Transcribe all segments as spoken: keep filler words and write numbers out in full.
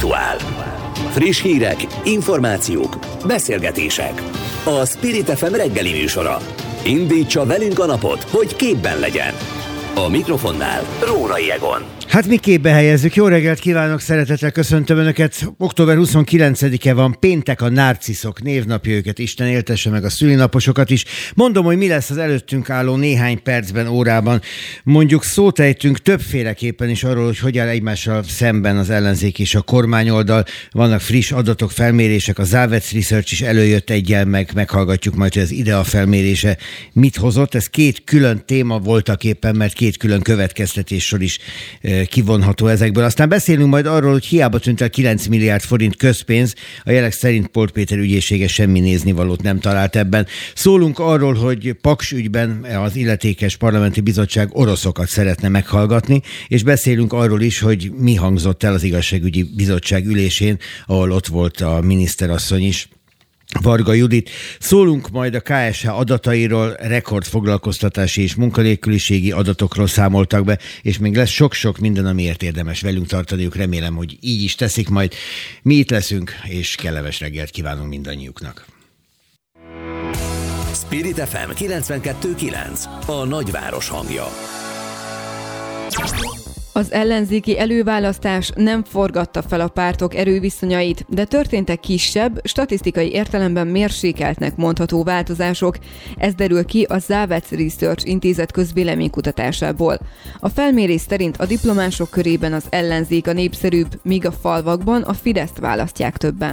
aktuál. Friss hírek, információk, beszélgetések. A Spirit ef em reggeli műsora. Indítsa velünk a napot, hogy képben legyen. A mikrofonnál Rórai Egon. Hát mi képbe helyezzük. Jó reggelt kívánok, szeretettel köszöntöm Önöket. október huszonkilencedike van, péntek, a nárciszok névnapja, őket Isten éltesse meg, a szülinaposokat is. Mondom, hogy mi lesz az előttünk álló néhány percben, órában. Mondjuk szót ejtünk többféleképpen is arról, hogy hogy áll egymással szemben az ellenzék és a kormányoldal. Vannak friss adatok, felmérések, a Závec Research is előjött egyel, meg meghallgatjuk majd, hogy az IDEA felmérése mit hozott. Ez két külön téma voltak éppen, mert két külön következtetésről is kivonható ezekből. Aztán beszélünk majd arról, hogy hiába tűnt el kilenc milliárd forint közpénz, a jelek szerint Polt Péter ügyészsége semmi néznivalót nem talált ebben. Szólunk arról, hogy Paks ügyben az illetékes parlamenti bizottság oroszokat szeretne meghallgatni, és beszélünk arról is, hogy mi hangzott el az igazságügyi bizottság ülésén, ahol ott volt a miniszterasszony is, Varga Judit. Szólunk majd a ká es há adatairól, rekordfoglalkoztatási és munkanélküliségi adatokról számoltak be, és még lesz sok-sok minden, amiért érdemes velünk tartaniuk. Remélem, hogy így is teszik majd. Mi itt leszünk, és kellemes reggelt kívánunk mindannyiuknak. Spirit ef em kilencvenkettő kilenc, a nagyváros hangja. Az ellenzéki előválasztás nem forgatta fel a pártok erőviszonyait, de történtek kisebb, statisztikai értelemben mérsékeltnek mondható változások. Ez derül ki a Závec Research intézet közvéleménykutatásából. A felmérés szerint a diplomások körében az ellenzék a népszerűbb, míg a falvakban a Fideszt választják többen.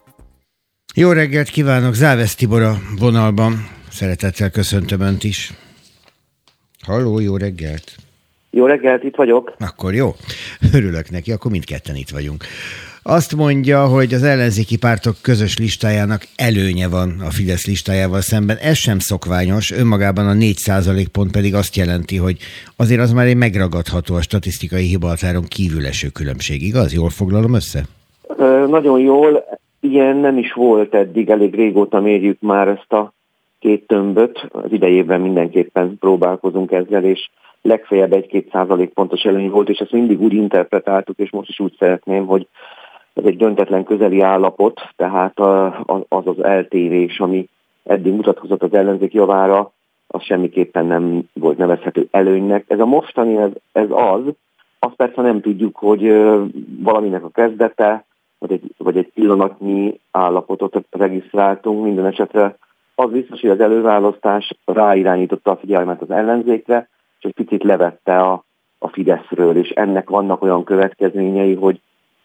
Jó reggelt kívánok, Závec Tibor a vonalban. Szeretettel köszöntöm Önt is. Halló, jó reggelt! Jó reggelt, itt vagyok. Akkor jó, örülök neki, akkor mindketten itt vagyunk. Azt mondja, hogy az ellenzéki pártok közös listájának előnye van a Fidesz listájával szemben. Ez sem szokványos, önmagában a négy százalékpont pedig azt jelenti, hogy azért az már egy megragadható, a statisztikai hibahatáron kívül eső különbség. Igaz? Jól foglalom össze? Ö, nagyon jól. Ilyen nem is volt eddig, elég régóta mérjük már ezt a két tömböt. Az idejében mindenképpen próbálkozunk ezzel, és legfeljebb egy-két százalék pontos előny volt, és ezt mindig úgy interpretáltuk, és most is úgy szeretném, hogy ez egy döntetlen közeli állapot, tehát az az eltérés, ami eddig mutatkozott az ellenzék javára, az semmiképpen nem volt nevezhető előnynek. Ez a mostani, ez, ez az, azt persze nem tudjuk, hogy valaminek a kezdete, vagy egy, vagy egy pillanatnyi állapotot regisztráltunk, minden esetre az biztos, hogy az előválasztás ráirányította a figyelmet az ellenzékre, és egy picit levette a, a Fideszről, és ennek vannak olyan következményei, hogy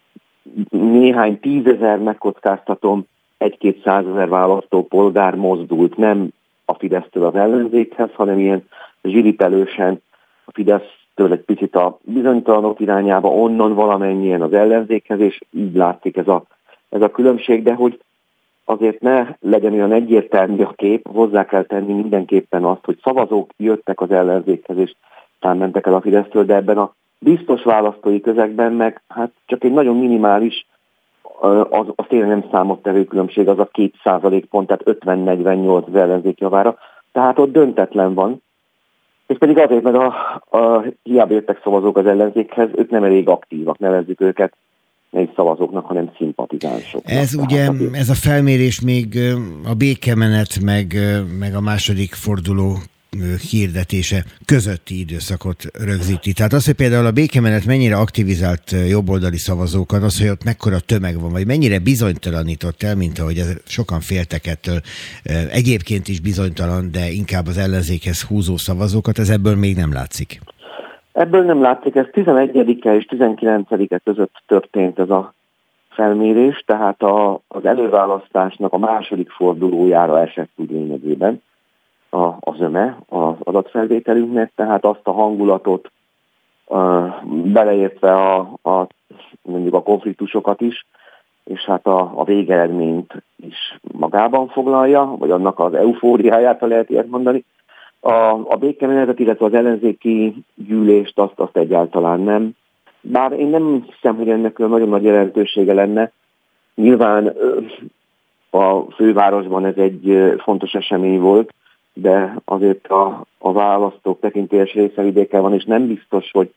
néhány tízezer, megkockáztatom, egy-két százezer választópolgár mozdult nem a Fidesztől az ellenzékhez, hanem ilyen zsiripelősen a Fidesztől egy picit a bizonytalanok irányába, onnan valamennyien az ellenzékhez, és így látszik ez a, ez a különbség, de hogy azért ne legyen olyan egyértelmű a kép, hozzá kell tenni mindenképpen azt, hogy szavazók jöttek az ellenzékhez, és talán mentek el a Fidesztől, de ebben a biztos választói közegben meg hát csak egy nagyon minimális, az, az tényleg nem számottevő különbség, az a két százalék pont, tehát ötven-negyvennyolc az ellenzék javára, tehát ott döntetlen van. És pedig azért, mert a, a, hiába jöttek szavazók az ellenzékhez, ők nem elég aktívak, nevezzük őket, nem szavazóknak, hanem szimpatizánsoknak. Ez ugye, ez a felmérés még a békemenet, meg, meg a második forduló hirdetése közötti időszakot rögzíti. Tehát az, hogy például a békemenet mennyire aktivizált jobboldali szavazókat, az, hogy ott mekkora tömeg van, vagy mennyire bizonytalanított el, mint ahogy sokan féltek ettől, egyébként is bizonytalan, de inkább az ellenzékhez húzó szavazókat, ez ebből még nem látszik. Ebből nem látszik, ez tizenegyedike és tizenkilencedike között történt ez a felmérés, tehát a, az előválasztásnak a második fordulójára esett úgy lényegében a, az öme az adatfelvételünknek, tehát azt a hangulatot uh, beleértve a, a, mondjuk a konfliktusokat is, és hát a, a végeredményt is magában foglalja, vagy annak az eufóriáját, ha lehet ilyet mondani. A, a békemenetet, illetve az ellenzéki gyűlést azt, azt egyáltalán nem. Bár én nem hiszem, hogy ennek nagyon nagy jelentősége lenne. Nyilván a fővárosban ez egy fontos esemény volt, de azért a, a választók tekintélyes részevidéken van, és nem biztos, hogy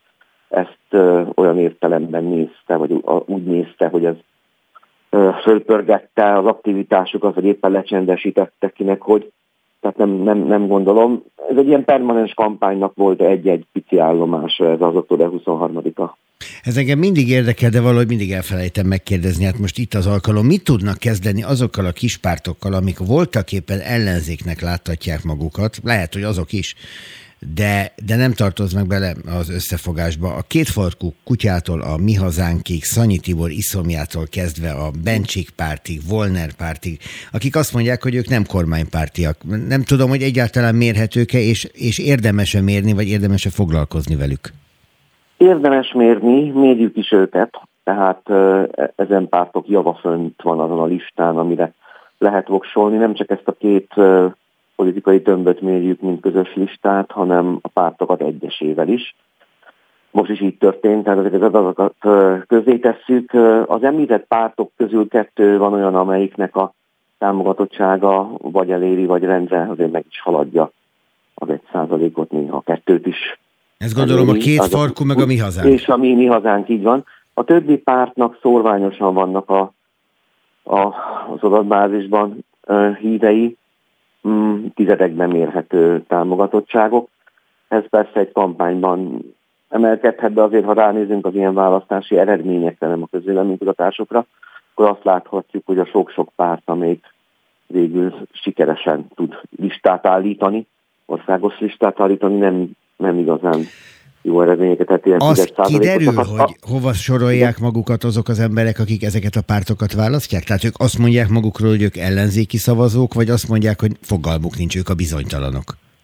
ezt ö, olyan értelemben nézte, vagy úgy nézte, hogy ez ö, fölpörgette az aktivitásukat, vagy éppen lecsendesítette kinek, hogy tehát nem, nem, nem gondolom. Ez egy ilyen permanens kampánynak volt egy-egy pici állomása, ez az október huszonharmadika. Ez engem mindig érdekel, de valahogy mindig elfelejtem megkérdezni, hát most itt az alkalom. Mit tudnak kezdeni azokkal a kispártokkal, amik voltak éppen ellenzéknek láttatják magukat, lehet, hogy azok is, de, de nem tartoznak bele az összefogásba. A kétfarkú kutyától a Mi Hazánkig, Szanyi Tibor iszomjától kezdve a Bencsik pártig, Volner pártig, akik azt mondják, hogy ők nem kormánypártiak. Nem tudom, hogy egyáltalán mérhetők-e, és, és érdemes-e mérni, vagy érdemes-e foglalkozni velük? Érdemes mérni, mérjük is őket, tehát ezen pártok java fönt van azon a listán, amire lehet voksolni. Nem csak ezt a két politikai tömböt mérjük, mint közös listát, hanem a pártokat egyesével is. Most is így történt, tehát ezeket az adatokat közé tesszük. Az említett pártok közül kettő van olyan, amelyiknek a támogatottsága vagy eléri, vagy rendre azért meg is haladja az egy százalékot, néha a kettőt is. Ezt gondolom a két farkú, meg a Mi Hazánk. És a mi, mi Hazánk, így van. A többi pártnak szórványosan vannak a, a, az adatbázisban uh, hívei, mm, tizedekben mérhető támogatottságok. Ez persze egy kampányban emelkedhet, de azért, ha ránézünk az ilyen választási eredményekre, nem a közvéleménykutatásokra, akkor azt láthatjuk, hogy a sok-sok párt, amelyik végül sikeresen tud listát állítani, országos listát állítani, nem nem igazán jó eredményeket. Tehát az kiderül, hogy hova sorolják magukat azok az emberek, akik ezeket a pártokat választják? Tehát ők azt mondják magukról, hogy ők ellenzéki szavazók, vagy azt mondják, hogy fogalmuk nincs, ők a bizonytalanok?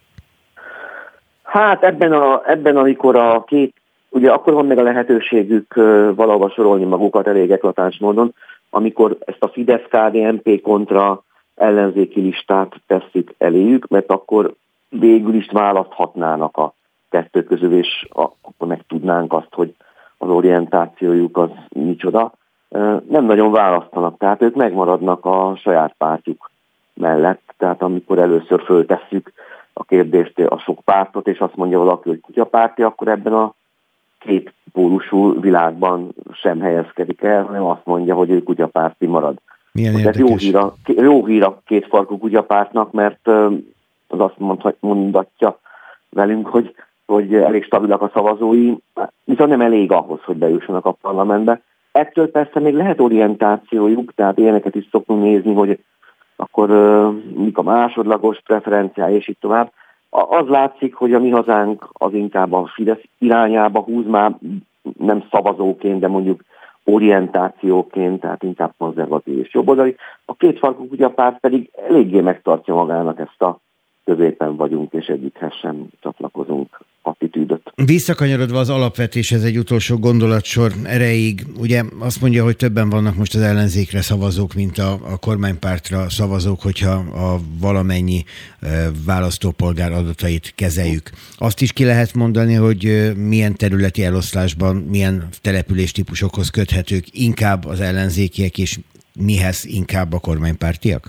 Hát ebben, a, ebben amikor a két, ugye akkor van meg a lehetőségük valahova sorolni magukat elég eklatáns módon, amikor ezt a Fidesz-ká dé en pé kontra ellenzéki listát tesszük eléjük, mert akkor végül is választhatnának a kettő közül, és akkor megtudnánk azt, hogy az orientációjuk az micsoda. Nem nagyon választanak, tehát ők megmaradnak a saját pártjuk mellett, tehát amikor először föltesszük a kérdést, a sok pártot, és azt mondja valaki, hogy kutyapárti, akkor ebben a két pólusú világban sem helyezkedik el, hanem azt mondja, hogy ő kutyapárti marad. Milyen érdekes. Jó hír, a, jó hír a kétfarkú kutyapártnak, mert az azt mondatja velünk, hogy, hogy elég stabilak a szavazói, viszont nem elég ahhoz, hogy bejussanak a parlamentbe. Ettől persze még lehet orientációjuk, tehát ilyeneket is szoktunk nézni, hogy akkor uh, mik a másodlagos preferenciái, és így tovább. Az látszik, hogy a Mi Hazánk az inkább a Fidesz irányába húz, már nem szavazóként, de mondjuk orientációként, tehát inkább konzervatív és jobboldali. A kétfarkú kutyapárt pedig eléggé megtartja magának ezt a középen vagyunk, és egyikhez sem csatlakozunk attitűdöt. Visszakanyarodva az alapvetéshez egy utolsó gondolatsor erejéig, ugye azt mondja, hogy többen vannak most az ellenzékre szavazók, mint a, a kormánypártra szavazók, hogyha a valamennyi e, választópolgár adatait kezeljük. Azt is ki lehet mondani, hogy e, milyen területi eloszlásban, milyen településtípusokhoz köthetők inkább az ellenzékiek, és mihez inkább a kormánypártiak?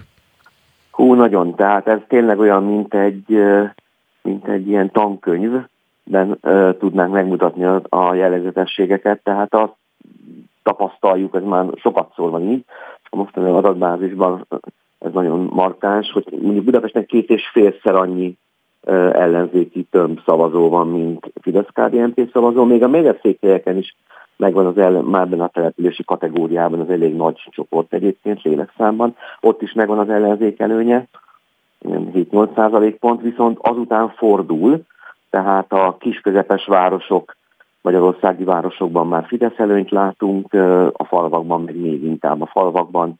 Hú, nagyon. Tehát ez tényleg olyan, mint egy, mint egy ilyen tankönyvben uh, tudnánk megmutatni a, a jellegzetességeket. Tehát azt tapasztaljuk, ez már sokat szól van így, és a mostani adatbázisban ez nagyon markáns, hogy mondjuk Budapesten két és félszer annyi uh, ellenzéki tömb szavazó van, mint Fidesz-ká dé en pé szavazó. Még a megyeszékhelyeken is megvan az ellen, már benne a települési kategóriában az elég nagy csoport egyébként lélekszámban. Ott is megvan az ellenzék előnye, hét-nyolc százalék pont, viszont azután fordul, tehát a kisközepes városok, magyarországi városokban már Fidesz előnyt látunk, a falvakban meg még inkább a falvakban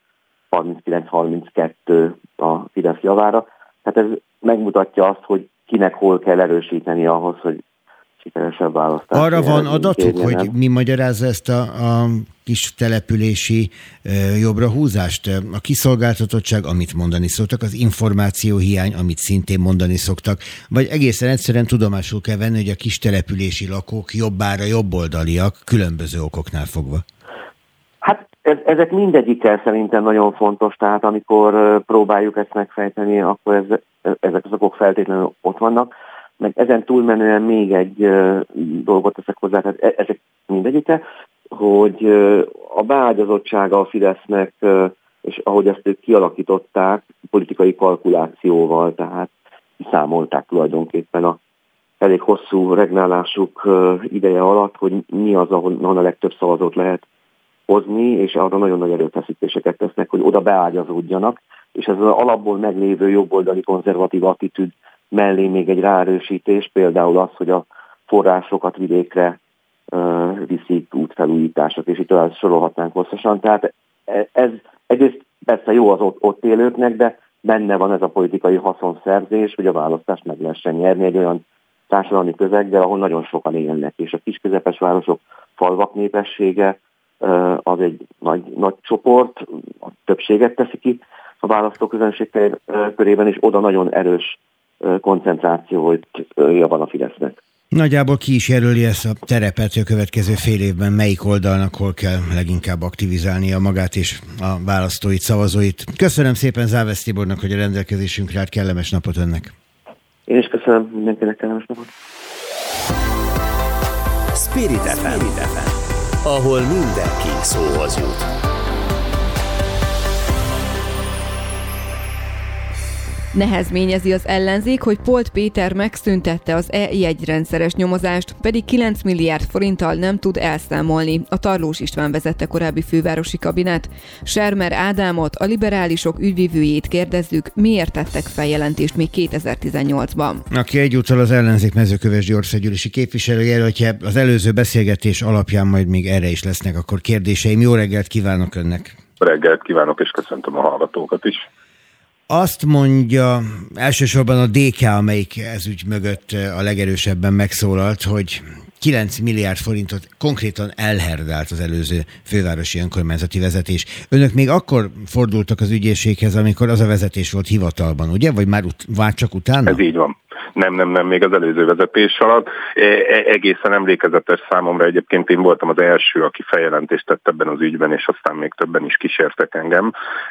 harminckilenc-harminckettő a Fidesz javára. Tehát ez megmutatja azt, hogy kinek hol kell erősíteni ahhoz, hogy sikeresebb választás. Arra van adatuk, hogy mi magyarázza ezt a, a kis települési e, jobbrahúzást? A kiszolgáltatottság, amit mondani szoktak, az információ hiány, amit szintén mondani szoktak, vagy egészen egyszerűen tudomásul kell venni, hogy a kis települési lakók jobbára jobboldaliak, különböző okoknál fogva. Hát ez, ezek mindegyikkel szerintem nagyon fontos, tehát amikor próbáljuk ezt megfejteni, akkor ez, ezek az okok feltétlenül ott vannak. meg ezen túlmenően még egy uh, dolgot teszek hozzá, tehát e- ezek mindegyike, hogy uh, a beágyazottsága a Fidesznek, uh, és ahogy ezt ők kialakították, politikai kalkulációval, tehát számolták tulajdonképpen a elég hosszú regnálásuk uh, ideje alatt, hogy mi az, ahonnan a legtöbb szavazót lehet hozni, és arra nagyon nagy erőfeszítéseket tesznek, hogy oda beágyazódjanak, és ez az alapból meglévő jobboldali konzervatív attitűd mellé még egy ráerősítés, például az, hogy a forrásokat vidékre uh, viszik, útfelújítások, és itt tovább sorolhatnánk hosszasan. Tehát ez egyrészt persze jó az ott, ott élőknek, de benne van ez a politikai haszonszerzés, hogy a választást meg lehessen nyerni egy olyan társadalmi közeggel, ahol nagyon sokan élnek, és a kis-közepes városok, falvak népessége uh, az egy nagy, nagy csoport, a többséget teszi ki a választóközönség körében, és oda nagyon erős koncentrációja van a Fidesznek. Nagyjából ki is jelöli ezt a terepet, hogy a következő fél évben melyik oldalnak hol kell leginkább aktivizálnia magát és a választóit, szavazóit. Köszönöm szépen Závesz Tibornak, hogy a rendelkezésünkre állt. Kellemes napot önnek. Én is köszönöm, mindenkinek kellemes napot. Spirit ef em, ahol mindenki szóhoz jut. Nehezményezi az ellenzék, hogy Polt Péter megszüntette az e-jegyrendszeres nyomozást, pedig kilenc milliárd forinttal nem tud elszámolni. A Tarlós István vezette korábbi fővárosi kabinet. Sermer Ádámot, a liberálisok ügyvivőjét kérdezzük, miért tettek feljelentést még kétezer-tizennyolcban. Aki egyúttal az ellenzék mezőkövesdi országgyűlési képviselőjelöltje, az előző beszélgetés alapján majd még erre is lesznek akkor kérdéseim. Jó reggelt kívánok önnek! Reggelt kívánok, és köszöntöm a hallgatókat is. Azt mondja elsősorban a dé ká, amelyik ez ügy mögött a legerősebben megszólalt, hogy kilenc milliárd forintot konkrétan elherdált az előző fővárosi önkormányzati vezetés. Önök még akkor fordultak az ügyészséghez, amikor az a vezetés volt hivatalban, ugye? Vagy már, ut- már csak utána? Ez így van. Nem, nem, nem, még az előző vezetés alatt. E- egészen emlékezetes számomra, egyébként én voltam az első, aki feljelentést tett ebben az ügyben, és aztán még többen is kísértek engem.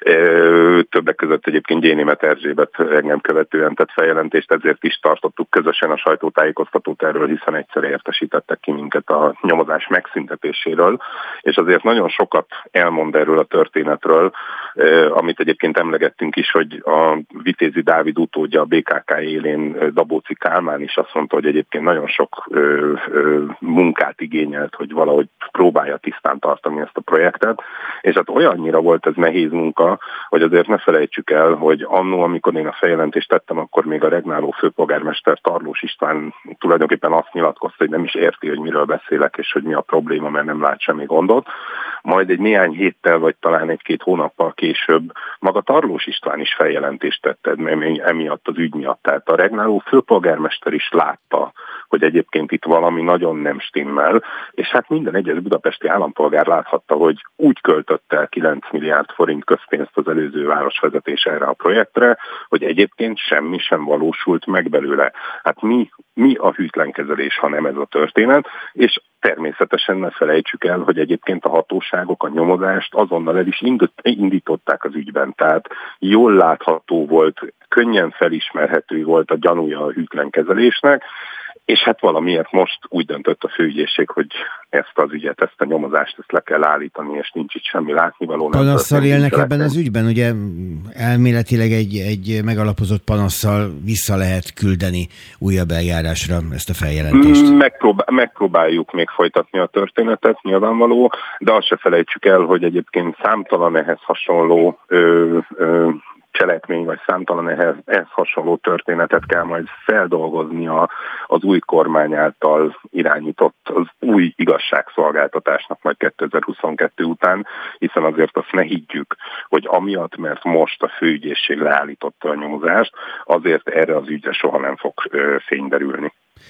E- többek között egyébként Gyénémet Erzsébet engem követően tett feljelentést, ezért is tartottuk közösen a sajtótájékoztatót erről, hiszen egyszer értesítettek ki minket a nyomozás megszüntetéséről, és azért nagyon sokat elmond erről a történetről, e- amit egyébként emlegettünk is, hogy a Vitézi Dávid utódja a bé ká ká élén Dabóci Kálmán is azt mondta, hogy egyébként nagyon sok ö, ö, munkát igényelt, hogy valahogy próbálja tisztán tartani ezt a projektet, és hát olyannyira volt ez nehéz munka, hogy azért ne felejtsük el, hogy annó, amikor én a feljelentést tettem, akkor még a regnáló főpolgármester Tarlós István tulajdonképpen azt nyilatkozta, hogy nem is érti, hogy miről beszélek, és hogy mi a probléma, mert nem lát semmi gondot. Majd egy néhány héttel, vagy talán egy-két hónappal később maga Tarlós István is feljelentést tett emiatt az ügy miatt. Tehát a regnáló főpolgármester is látta, hogy egyébként itt valami nagyon nem stimmel, és hát minden egyes budapesti állampolgár láthatta, hogy úgy költött el kilenc milliárd forint közpénzt az előző városvezetés erre a projektre, hogy egyébként semmi sem valósult meg belőle. Hát mi, mi a hűtlenkezelés, ha nem ez a történet, és természetesen ne felejtsük el, hogy egyébként a hatóságok a nyomozást azonnal el is indították az ügyben, tehát jól látható volt, könnyen felismerhető volt a gyanúja a hűtlenkezelésnek, és hát valamiért most úgy döntött a főügyészség, hogy ezt az ügyet, ezt a nyomozást, ezt le kell állítani, és nincs itt semmi látnivaló. Panasszal élnek ebben az ügyben? Ugye elméletileg egy, egy megalapozott panasszal vissza lehet küldeni újabb eljárásra ezt a feljelentést. Megpróbál, megpróbáljuk még folytatni a történetet, nyilvánvaló, de azt se felejtsük el, hogy egyébként számtalan ehhez hasonló ö, ö, cselekmény, vagy számtalan ehhez, ehhez hasonló történetet kell majd feldolgozni a, az új kormány által irányított, az új igazságszolgáltatásnak majd kétezer-huszonkettő után, hiszen azért azt ne higgyük, hogy amiatt, mert most a főügyészség leállította a nyomozást, azért erre az ügyre soha nem fog ö, fény derülni.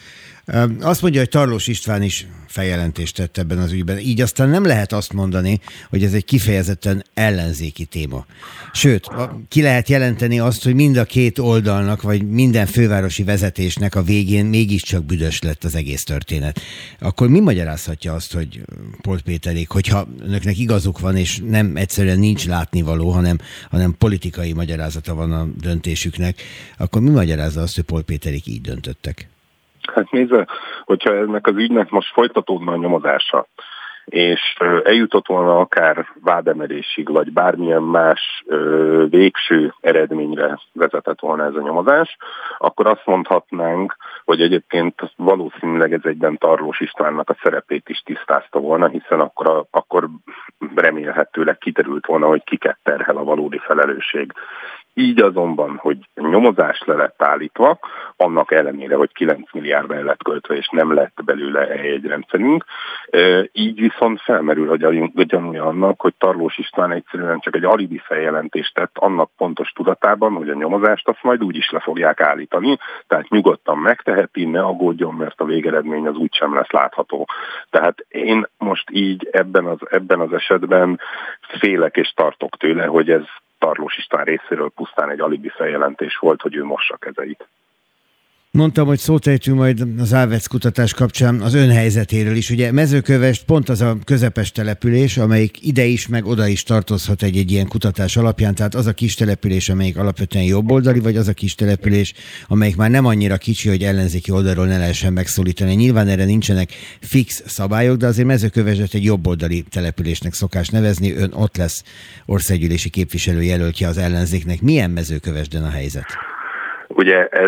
Azt mondja, hogy Tarlós István is feljelentést tett ebben az ügyben. Így aztán nem lehet azt mondani, hogy ez egy kifejezetten ellenzéki téma. Sőt, ki lehet jelenteni azt, hogy mind a két oldalnak, vagy minden fővárosi vezetésnek a végén mégiscsak büdös lett az egész történet. Akkor mi magyarázhatja azt, hogy Polt Péterék, hogyha önöknek igazuk van, és nem egyszerűen nincs látnivaló, hanem, hanem politikai magyarázata van a döntésüknek, akkor mi magyarázza azt, hogy Polt Péterék így döntöttek? Hát nézze, hogyha ennek az ügynek most folytatódna a nyomozása, és eljutott volna akár vádemelésig, vagy bármilyen más ö, végső eredményre vezetett volna ez a nyomozás, akkor azt mondhatnánk, hogy egyébként valószínűleg ez egyben Tarlós Istvánnak a szerepét is tisztázta volna, hiszen akkor, a, akkor remélhetőleg kiderült volna, hogy kiket terhel a valódi felelősség. Így azonban, hogy nyomozás le lett állítva, annak ellenére, hogy kilenc milliárd el lett költve, és nem lett belőle egy rendszerünk, így viszont felmerül a gyanúja annak, hogy Tarlós István egyszerűen csak egy alibi feljelentést tett annak pontos tudatában, hogy a nyomozást azt majd úgy is le fogják állítani, tehát nyugodtan megteheti, ne aggódjon, mert a végeredmény az úgysem lesz látható. Tehát én most így ebben az, ebben az esetben félek és tartok tőle, hogy ez Tarlós István részéről pusztán egy alibi feljelentés volt, hogy ő mossa kezeit. Mondtam, hogy szót ejtünk majd az Ávec kutatás kapcsán az ön helyzetéről is. Ugye Mezőkövesd pont az a közepes település, amelyik ide is, meg oda is tartozhat egy-egy ilyen kutatás alapján, tehát az a kis település, amelyik alapvetően jobboldali, vagy az a kis település, amelyik már nem annyira kicsi, hogy ellenzéki oldalról ne lehessen megszólítani. Nyilván erre nincsenek fix szabályok, de azért Mezőkövesdet egy jobboldali településnek szokás nevezni. Ön ott lesz országgyűlési képviselő jelöltje az ellenzéknek. Milyen Mezőkövesden a helyzet? Ugye ez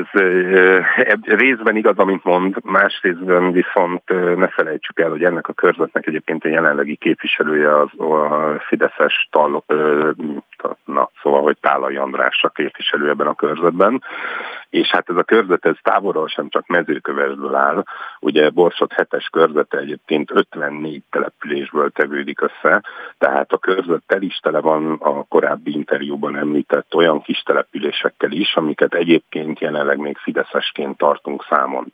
e, részben igaz, amit mond, más részben viszont ne felejtsük el, hogy ennek a körzetnek egyébként a jelenlegi képviselője az a fideszes tal, na, szóval, hogy Tálai András a képviselő ebben a körzetben, és hát ez a körzet ez távolról sem csak Mezőkövesdből áll, ugye Borsod hetes körzete egyébként ötvennégy településből tevődik össze, tehát a körzet tel is tele van a korábbi interjúban említett olyan kis településekkel is, amiket egyébként jelenleg még fideszesként tartunk számon.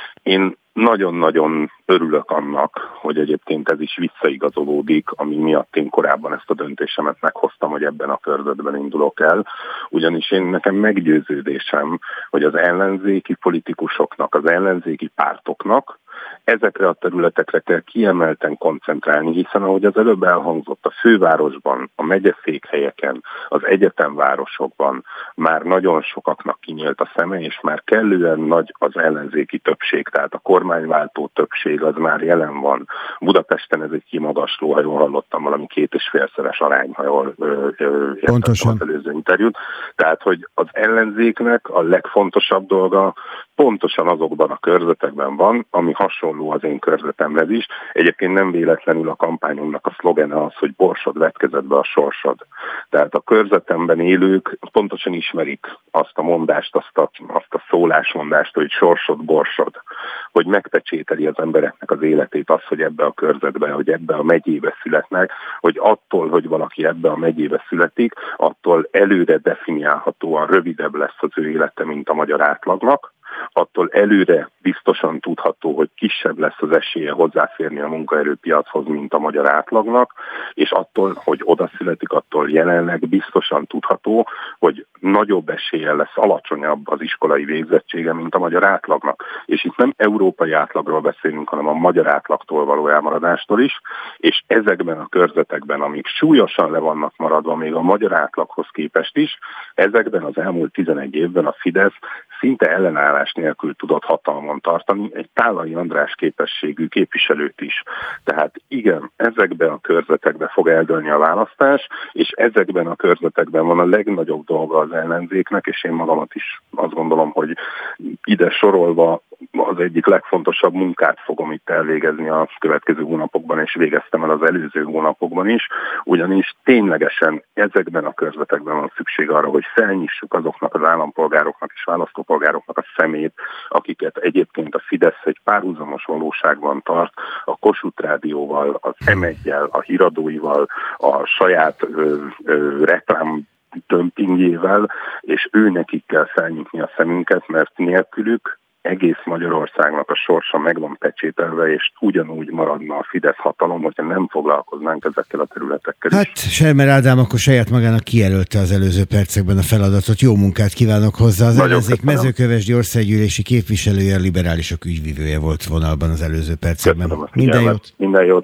Én nagyon-nagyon örülök annak, hogy egyébként ez is visszaigazolódik, ami miatt én korábban ezt a döntésemet meghoztam, hogy ebben a körzetben indulok el, ugyanis én nekem meggyőződésem, hogy az ellenzéki politikusoknak, az ellenzéki pártoknak ezekre a területekre kell kiemelten koncentrálni, hiszen ahogy az előbb elhangzott, a fővárosban, a megyeszékhelyeken, az egyetemvárosokban már nagyon sokaknak kinyílt a szeme, és már kellően nagy az ellenzéki többség, tehát a kormányváltó többség az már jelen van. Budapesten ez egy kimagasló, ha jól hallottam, valami két és félszeres arány, ha jól értettem az előző interjút. Tehát, hogy az ellenzéknek a legfontosabb dolga pontosan azokban a körzetekben van, ami hasonló az én körzetemre is. Egyébként nem véletlenül a kampányunknak a szlogene az, hogy Borsod vetkezetbe a sorsod. Tehát a körzetemben élők pontosan ismerik azt a mondást, azt a, azt a szólásmondást, hogy sorsod, borsod, hogy megpecsételi az embereknek az életét az, hogy ebbe a körzetbe, hogy ebbe a megyébe születnek, hogy attól, hogy valaki ebbe a megyébe születik, attól előre definiálhatóan rövidebb lesz az ő élete, mint a magyar átlagnak, attól előre biztosan tudható, hogy kisebb lesz az esélye hozzáférni a munkaerőpiachoz, mint a magyar átlagnak, és attól, hogy oda születik, attól jelenleg biztosan tudható, hogy nagyobb esélye lesz alacsonyabb az iskolai végzettsége, mint a magyar átlagnak. És itt nem európai átlagról beszélünk, hanem a magyar átlagtól való elmaradástól is, és ezekben a körzetekben, amik súlyosan le vannak maradva még a magyar átlaghoz képest is, ezekben az elmúlt tizenegy évben a Fidesz szinte ellenállás nélkül tudott hatalmon tartani egy Tálai András képességű képviselőt is. Tehát igen, ezekben a körzetekben fog eldőlni a választás, és ezekben a körzetekben van a legnagyobb dolga az ellenzéknek, és én magamat is azt gondolom, hogy ide sorolva az egyik legfontosabb munkát fogom itt elvégezni a következő hónapokban, és végeztem el az előző hónapokban is, ugyanis ténylegesen ezekben a körzetekben van szükség arra, hogy felnyissuk azoknak az állampolgároknak és választópolgároknak a szemét, akiket egyébként a Fidesz egy párhuzamos valóságban tart, a Kossuth Rádióval, az em egyel, a híradóival, a saját ö, ö, reklám dömpingjével, és ő nekik kell felnyitni a szemünket, mert nélkülük egész Magyarországnak a sorsa meg van pecsételve, és ugyanúgy maradna a Fidesz hatalom, hogyha nem foglalkoznánk ezekkel a területekkel is. Hát Selmer Ádám akkor saját magának kijelölte az előző percekben a feladatot. Jó munkát kívánok hozzá. Az ellenzék Mezőkövesdi országgyűlési képviselője, a liberálisok ügyvivője volt vonalban az előző percekben. Minden jót! Minden jót!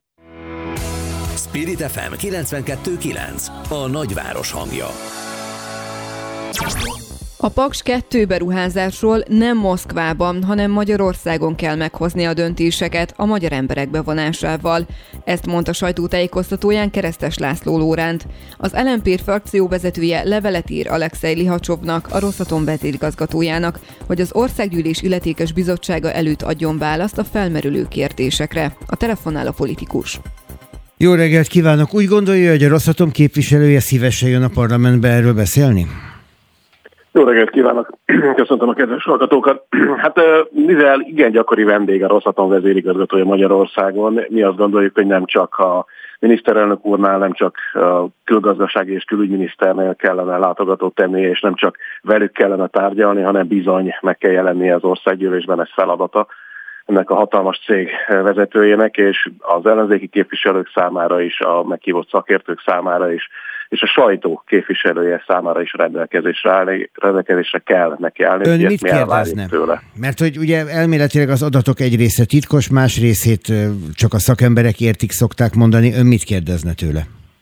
Spirit ef em kilencvenkettő kilenc, a nagyváros hangja. A Paks kettő beruházásról nem Moszkvában, hanem Magyarországon kell meghozni a döntéseket a magyar emberek bevonásával. Ezt mondta sajtótájékoztatóján Keresztes László Lóránt. Az el en pé frakció vezetője levelet ír Alexej Lihacsovnak, a Rosatom vezérigazgatójának, hogy az Országgyűlés illetékes bizottsága előtt adjon választ a felmerülő kérdésekre. A telefonnál a politikus. Jó reggelt kívánok! Úgy gondolja, hogy a Rosatom képviselője szívesen jön a parlamentbe erről beszélni? Jó reggelt kívánok! Köszöntöm a kedves hallgatókat! Hát mivel igen gyakori vendég a Rosatom vezérigazgatója Magyarországon, mi azt gondoljuk, hogy nem csak a miniszterelnök úrnál, nem csak a külgazdasági és külügyminiszternél kellene látogatót tennie, és nem csak velük kellene tárgyalni, hanem bizony meg kell jelennie az országgyűlésben, ez feladata ennek a hatalmas cég vezetőjének, és az ellenzéki képviselők számára is, a meghívott szakértők számára is, és a sajtó képviselője számára is rendelkezésre, állni, rendelkezésre kell neki állni. Ön mit kérdezne? Tőle. Mert hogy ugye elméletileg az adatok egy része titkos, más részét csak a szakemberek értik, szokták mondani. Ön mit kérdezne tőle?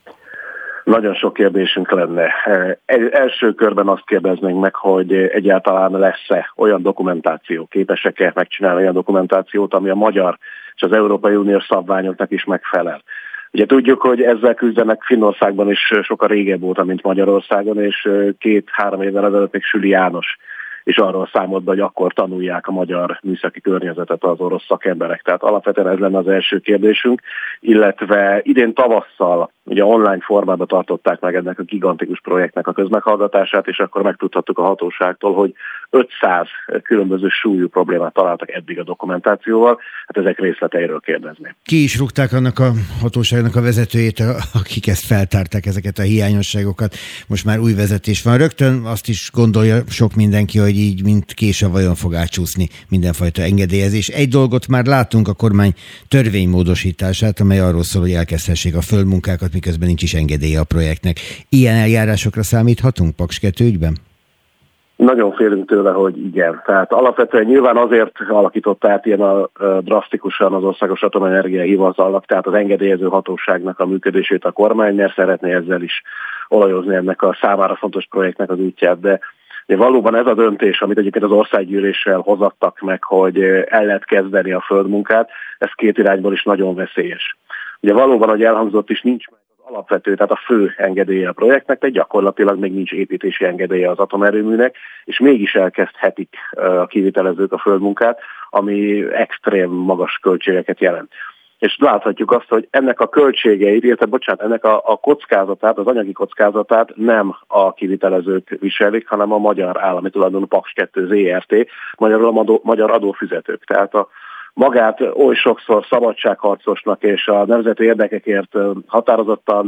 Nagyon sok kérdésünk lenne. Egy, első körben azt kérdeznénk meg, hogy egyáltalán lesz-e olyan dokumentáció, képesek-e megcsinálni olyan dokumentációt, ami a magyar és az Európai Uniós szabványoknak is megfelel. Ugye tudjuk, hogy ezzel küzdenek Finnországban is sokkal régebb óta, mint Magyarországon, és két-három évvel ezelőtt még Süli János és arról számolt be, hogy akkor tanulják a magyar műszaki környezetet az orosz szakemberek. Tehát alapvetően ez lenne az első kérdésünk, illetve idén tavasszal ugye online formában tartották meg ennek a gigantikus projektnek a közmeghallgatását, és akkor megtudhattuk a hatóságtól, hogy ötszáz különböző súlyú problémát találtak eddig a dokumentációval. Hát ezek részleteiről kérdezni. Ki is rúgták annak a hatóságnak a vezetőjét, akik ezt feltárták, ezeket a hiányosságokat. Most már új vezetés van. Rögtön azt is gondolja sok mindenki, hogy így mint kés a vajon fog átsúszni mindenfajta engedélyezés. Egy dolgot már látunk, a kormány törvénymódosítását, amely arról szól, hogy elkezdhessék a földmunkákat, miközben nincs is engedélye a projektnek. Ilyen eljárásokra számíthatunk Paks kettő ügyben? Nagyon félünk tőle, hogy igen. Tehát alapvetően nyilván azért alakított át ilyen a, a drasztikusan az Országos Atomenergia Hivatalnak, tehát az engedélyező hatóságnak a működését a kormány, mert szeretné ezzel is olajozni ennek a számára fontos projektnek az útját, de de valóban ez a döntés, amit egyébként az országgyűléssel hozattak meg, hogy el lehet kezdeni a földmunkát, ez két irányból is nagyon veszélyes. Ugye valóban, hogy elhangzott is, nincs meg az alapvető, tehát a fő engedélye a projektnek, de gyakorlatilag még nincs építési engedélye az atomerőműnek, és mégis elkezdhetik a kivitelezők a földmunkát, ami extrém magas költségeket jelent. És láthatjuk azt, hogy ennek a költségeit, illetve bocsánat, ennek a, a kockázatát, az anyagi kockázatát nem a kivitelezők viselik, hanem a magyar állami tulajdonú Paks kettő zé er té, magyarul a adó, magyar adófizetők. Tehát a magát oly sokszor szabadságharcosnak és a nemzeti érdekekért határozottan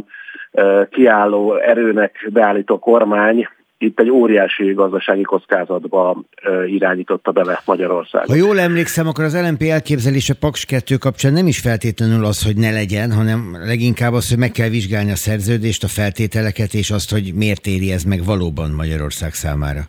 kiálló erőnek beállító kormány itt egy óriási gazdasági kockázatba irányította bele Magyarországot. Ha jól emlékszem, akkor az el en pé elképzelése Paks kettő kapcsán nem is feltétlenül az, hogy ne legyen, hanem leginkább az, hogy meg kell vizsgálni a szerződést, a feltételeket, és azt, hogy miért éri ez meg valóban Magyarország számára.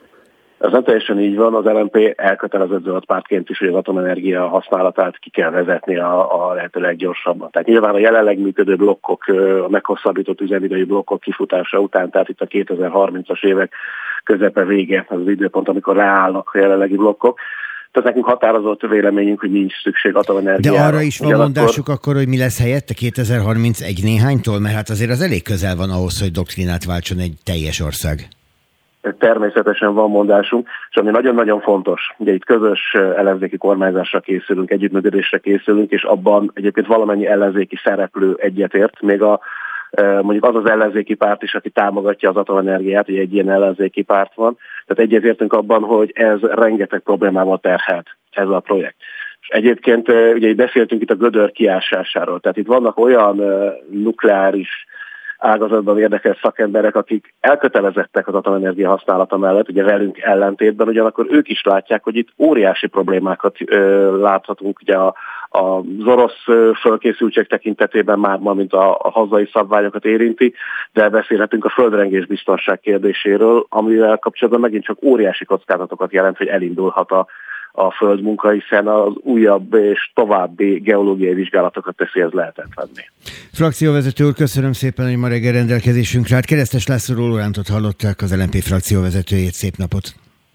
Ez nem teljesen így van, az el en pé elkötelezett zöld pártként is, hogy az atomenergia használatát ki kell vezetni a, a lehető leggyorsabban. Tehát nyilván a jelenleg működő blokkok, a meghosszabbított üzemidejű blokkok kifutása után, tehát itt a kétezer-harmincas évek közepe vége, az az időpont, amikor leállnak a jelenlegi blokkok. Tehát nekünk határozott véleményünk, hogy nincs szükség atomenergiára. De arra is van mondásuk akkor, hogy mi lesz helyette kétezer-harmincegy néhánytól, mert hát azért az elég közel van ahhoz, hogy doktrinát váltson egy teljes ország. Természetesen van mondásunk, és ami nagyon-nagyon fontos, ugye itt közös ellenzéki kormányzásra készülünk, együttműködésre készülünk, és abban egyébként valamennyi ellenzéki szereplő egyetért, még a, mondjuk az az ellenzéki párt is, aki támogatja az atomenergiát, hogy egy ilyen ellenzéki párt van, tehát egyetértünk abban, hogy ez rengeteg problémával terhelt ez a projekt. És egyébként ugye beszéltünk itt a gödör kiásásáról, tehát itt vannak olyan nukleáris ágazatban érdekelt szakemberek, akik elkötelezettek az atomenergia használata mellett, ugye velünk ellentétben, ugyanakkor ők is látják, hogy itt óriási problémákat ö, láthatunk ugye a, a, az orosz fölkészültség tekintetében már ma, mint a, a hazai szabványokat érinti, de beszélhetünk a földrengés biztonság kérdéséről, amivel kapcsolatban megint csak óriási kockázatokat jelent, hogy elindulhat a a földmunka, hiszen az újabb és további geológiai vizsgálatokat teszi ez lehetetlenné. Frakcióvezető úr, köszönöm szépen, hogy ma reggel rendelkezésünkre állt. Keresztes László Lórántot hallották, az el en pé frakcióvezetőjét. Szép napot!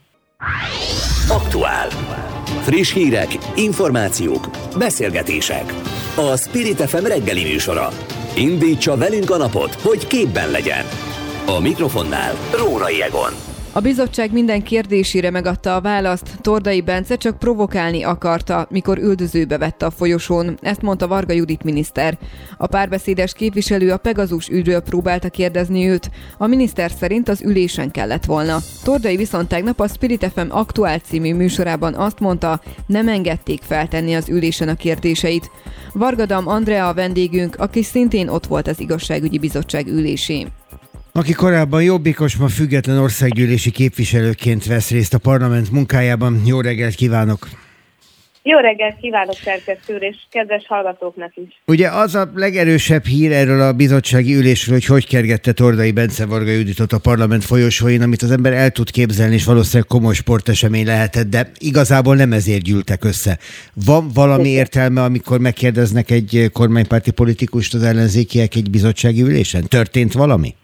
Aktuál. Friss hírek, információk, beszélgetések. A Spirit ef em reggeli műsora. Indítsa velünk a napot, hogy képben legyen. A mikrofonnál Rórai Egon. A bizottság minden kérdésére megadta a választ, Tordai Bence csak provokálni akarta, mikor üldözőbe vette a folyosón, ezt mondta Varga Judit miniszter. A párbeszédes képviselő a Pegazus ügyről próbálta kérdezni őt, a miniszter szerint az ülésen kellett volna. Tordai viszont tegnap a Spirit ef em Aktuál című műsorában azt mondta, nem engedték feltenni az ülésen a kérdéseit. Vargadam Andrea a vendégünk, aki szintén ott volt az igazságügyi bizottság ülésén. Aki korábban jobbikos, ma független országgyűlési képviselőként vesz részt a parlament munkájában. Jó reggelt kívánok! Jó reggelt kívánok, szerkesztő úr, és kedves hallgatóknak is! Ugye az a legerősebb hír erről a bizottsági ülésről, hogy hogy kergette Tordai Bence Varga Juditot a parlament folyosóin, amit az ember el tud képzelni, és valószínűleg komoly sportesemény lehetett, de igazából nem ezért gyűltek össze. Van valami értelme, amikor megkérdeznek egy kormánypárti politikust az ellenzékiek egy bizottsági ülésen? Történt valami?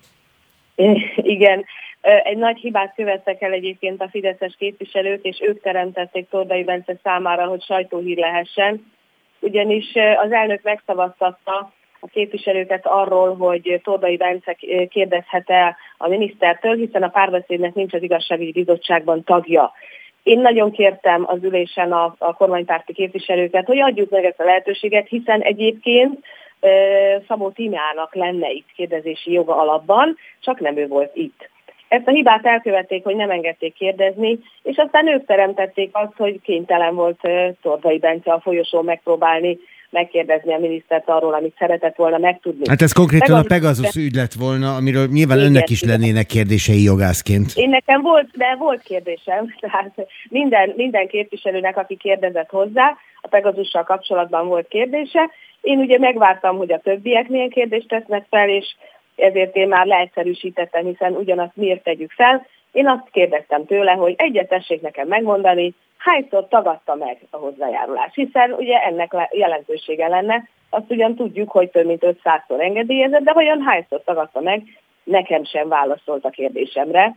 Igen, egy nagy hibát követtek el egyébként a fideszes képviselők, és ők teremtették Tordai Bence számára, hogy sajtóhír lehessen, ugyanis az elnök megszavaztatta a képviselőket arról, hogy Tordai Bence kérdezhet-e a minisztertől, hiszen a párbeszédnek nincs az igazságügyi bizottságban tagja. Én nagyon kértem az ülésen a, a kormánypárti képviselőket, hogy adjuk meg ezt a lehetőséget, hiszen egyébként Szabó Tímeának lenne itt kérdezési joga alapban, csak nem ő volt itt. Ezt a hibát elkövették, hogy nem engedték kérdezni, és aztán ők teremtették azt, hogy kénytelen volt Tordai Bence a folyosón megpróbálni megkérdezni a minisztert arról, amit szeretett volna megtudni. Hát ez konkrétan Pegazus, a Pegazus be... ügy lett volna, amiről nyilván igen, önnek is igen. lennének kérdései jogászként. Én nekem volt, de volt kérdésem, tehát minden, minden képviselőnek, aki kérdezett hozzá, a Pegazussal kapcsolatban volt kérdése. Én ugye megvártam, hogy a többiek milyen kérdést tesznek fel, és ezért én már leegyszerűsítettem, hiszen ugyanazt miért tegyük fel. Én azt kérdeztem tőle, hogy egyet tessék nekem megmondani, hányszor tagadta meg a hozzájárulást, hiszen ugye ennek jelentősége lenne. Azt ugyan tudjuk, hogy több mint ötszázszor engedélyezett, de olyan hányszor tagadta meg, nekem sem válaszolt a kérdésemre.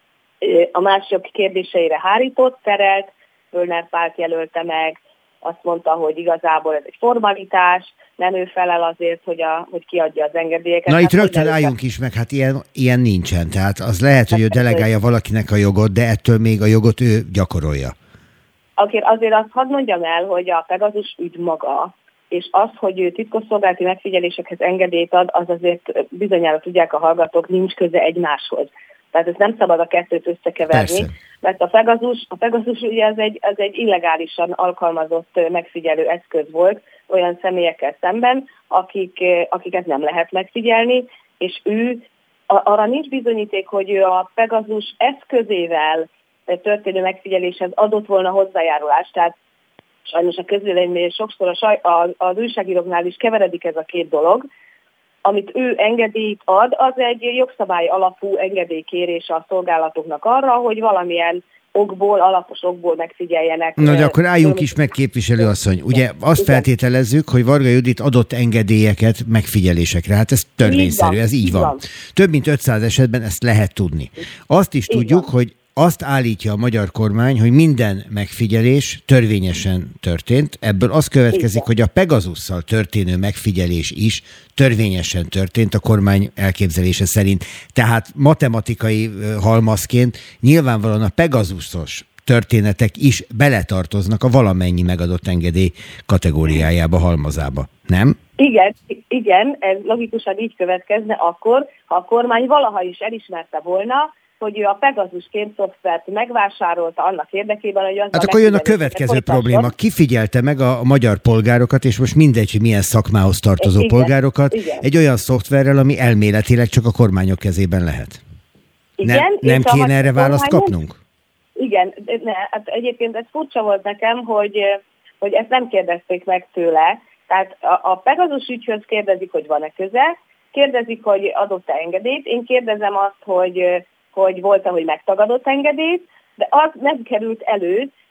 A mások kérdéseire hárított, terelt, Völner Pált jelölte meg, azt mondta, hogy igazából ez egy formalitás, nem ő felel azért, hogy, a, hogy kiadja az engedélyeket. Na hát, itt rögtön álljunk is meg, hát ilyen, ilyen nincsen. Tehát az lehet, hogy ő delegálja valakinek a jogot, de ettől még a jogot ő gyakorolja. Azért azt hadd mondjam el, hogy a Pegazus ügy maga, és az, hogy ő titkosszolgálati megfigyelésekhez engedélyt ad, az azért bizonyára tudják a hallgatók, nincs köze egymáshoz. Tehát ezt nem szabad a kettőt összekeverni, Persze. mert a Pegazus, a Pegazus ugye az egy, az egy illegálisan alkalmazott megfigyelő eszköz volt olyan személyekkel szemben, akik, akiket nem lehet megfigyelni, és ő arra nincs bizonyíték, hogy ő a Pegazus eszközével történő megfigyeléshez adott volna hozzájárulást, tehát sajnos a közvéleményben sokszor a saj, a, az újságíróknál is keveredik ez a két dolog. Amit ő engedélyt ad, az egy jogszabály alapú engedélykérés a szolgálatoknak arra, hogy valamilyen okból, alapos okból megfigyeljenek. Na, de akkor álljunk is meg, képviselőasszony. Ugye azt Igen. feltételezzük, hogy Varga Judit adott engedélyeket megfigyelésekre. Hát ez törvényszerű, ez így, így van. van. Több mint ötszáz esetben ezt lehet tudni. Azt is így tudjuk, van. hogy azt állítja a magyar kormány, hogy minden megfigyelés törvényesen történt. Ebből az következik, hogy a Pegasusszal történő megfigyelés is törvényesen történt a kormány elképzelése szerint. Tehát matematikai halmazként nyilvánvalóan a Pegasusos történetek is beletartoznak a valamennyi megadott engedély kategóriájába, halmazába. Nem? Igen, igen, ez logikusan így következne akkor, ha a kormány valaha is elismerte volna, hogy ő a Pegasus kémszoftvert megvásárolta annak érdekében, hogy az. Hát akkor jön a következő probléma. Ki figyelte meg a magyar polgárokat, és most mindegy, hogy milyen szakmához tartozó igen, polgárokat, igen. egy olyan szoftverrel, ami elméletileg csak a kormányok kezében lehet. Igen, ne, nem kéne erre választ kapnunk? Igen, ne, hát egyébként ez furcsa volt nekem, hogy, hogy ezt nem kérdezték meg tőle. Tehát a, a Pegasus ügyhöz kérdezik, hogy van-e köze, kérdezik, hogy adott-e engedélyt. Én kérdezem azt, hogy hogy volt-e, hogy megtagadott engedélyt, de az nem került elő,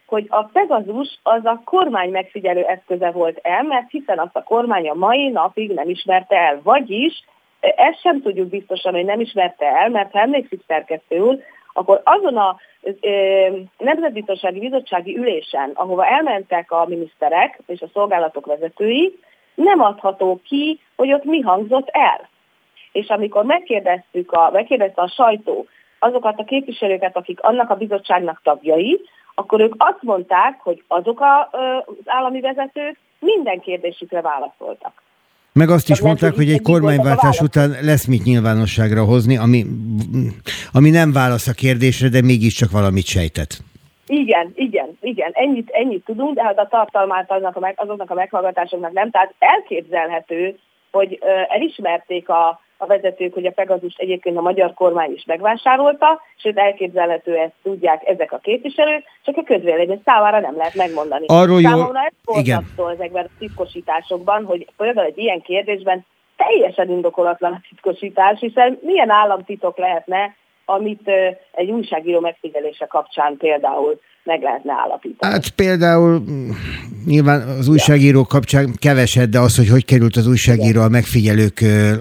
hogy a Pegasus az a kormány megfigyelő eszköze volt-e, mert hiszen azt a kormány a mai napig nem ismerte el. Vagyis ezt sem tudjuk biztosan, hogy nem ismerte el, mert ha emlékszik szerkesztő úr, akkor azon a e, Nemzetbiztonsági Bizottsági ülésen, ahova elmentek a miniszterek és a szolgálatok vezetői, nem adható ki, hogy ott mi hangzott el. És amikor megkérdeztük a, megkérdezte a sajtó azokat a képviselőket, akik annak a bizottságnak tagjai, akkor ők azt mondták, hogy azok a, az állami vezetők minden kérdésükre válaszoltak. Meg azt is mondták, hogy egy kormányváltás után lesz mit nyilvánosságra hozni, ami, ami nem válasz a kérdésre, de mégiscsak valamit sejtett. Igen, igen, igen, ennyit, ennyit tudunk, de hát a tartalmát azoknak a, azoknak a meghallgatásoknak nem. Tehát elképzelhető, hogy elismerték a, a vezetők, hogy a Pegazust egyébként a magyar kormány is megvásárolta, sőt elképzelhető, ezt tudják ezek a képviselők, csak a közvélemény számára nem lehet megmondani. Arról Számomra ez borzasztó ezekben a titkosításokban, hogy például egy ilyen kérdésben teljesen indokolatlan a titkosítás, hiszen milyen államtitok lehetne, amit egy újságíró megfigyelése kapcsán például meg lehetne állapítani. Hát például nyilván az újságíró kapcsán keveset, de az, hogy hogy került az újságíró a megfigyelők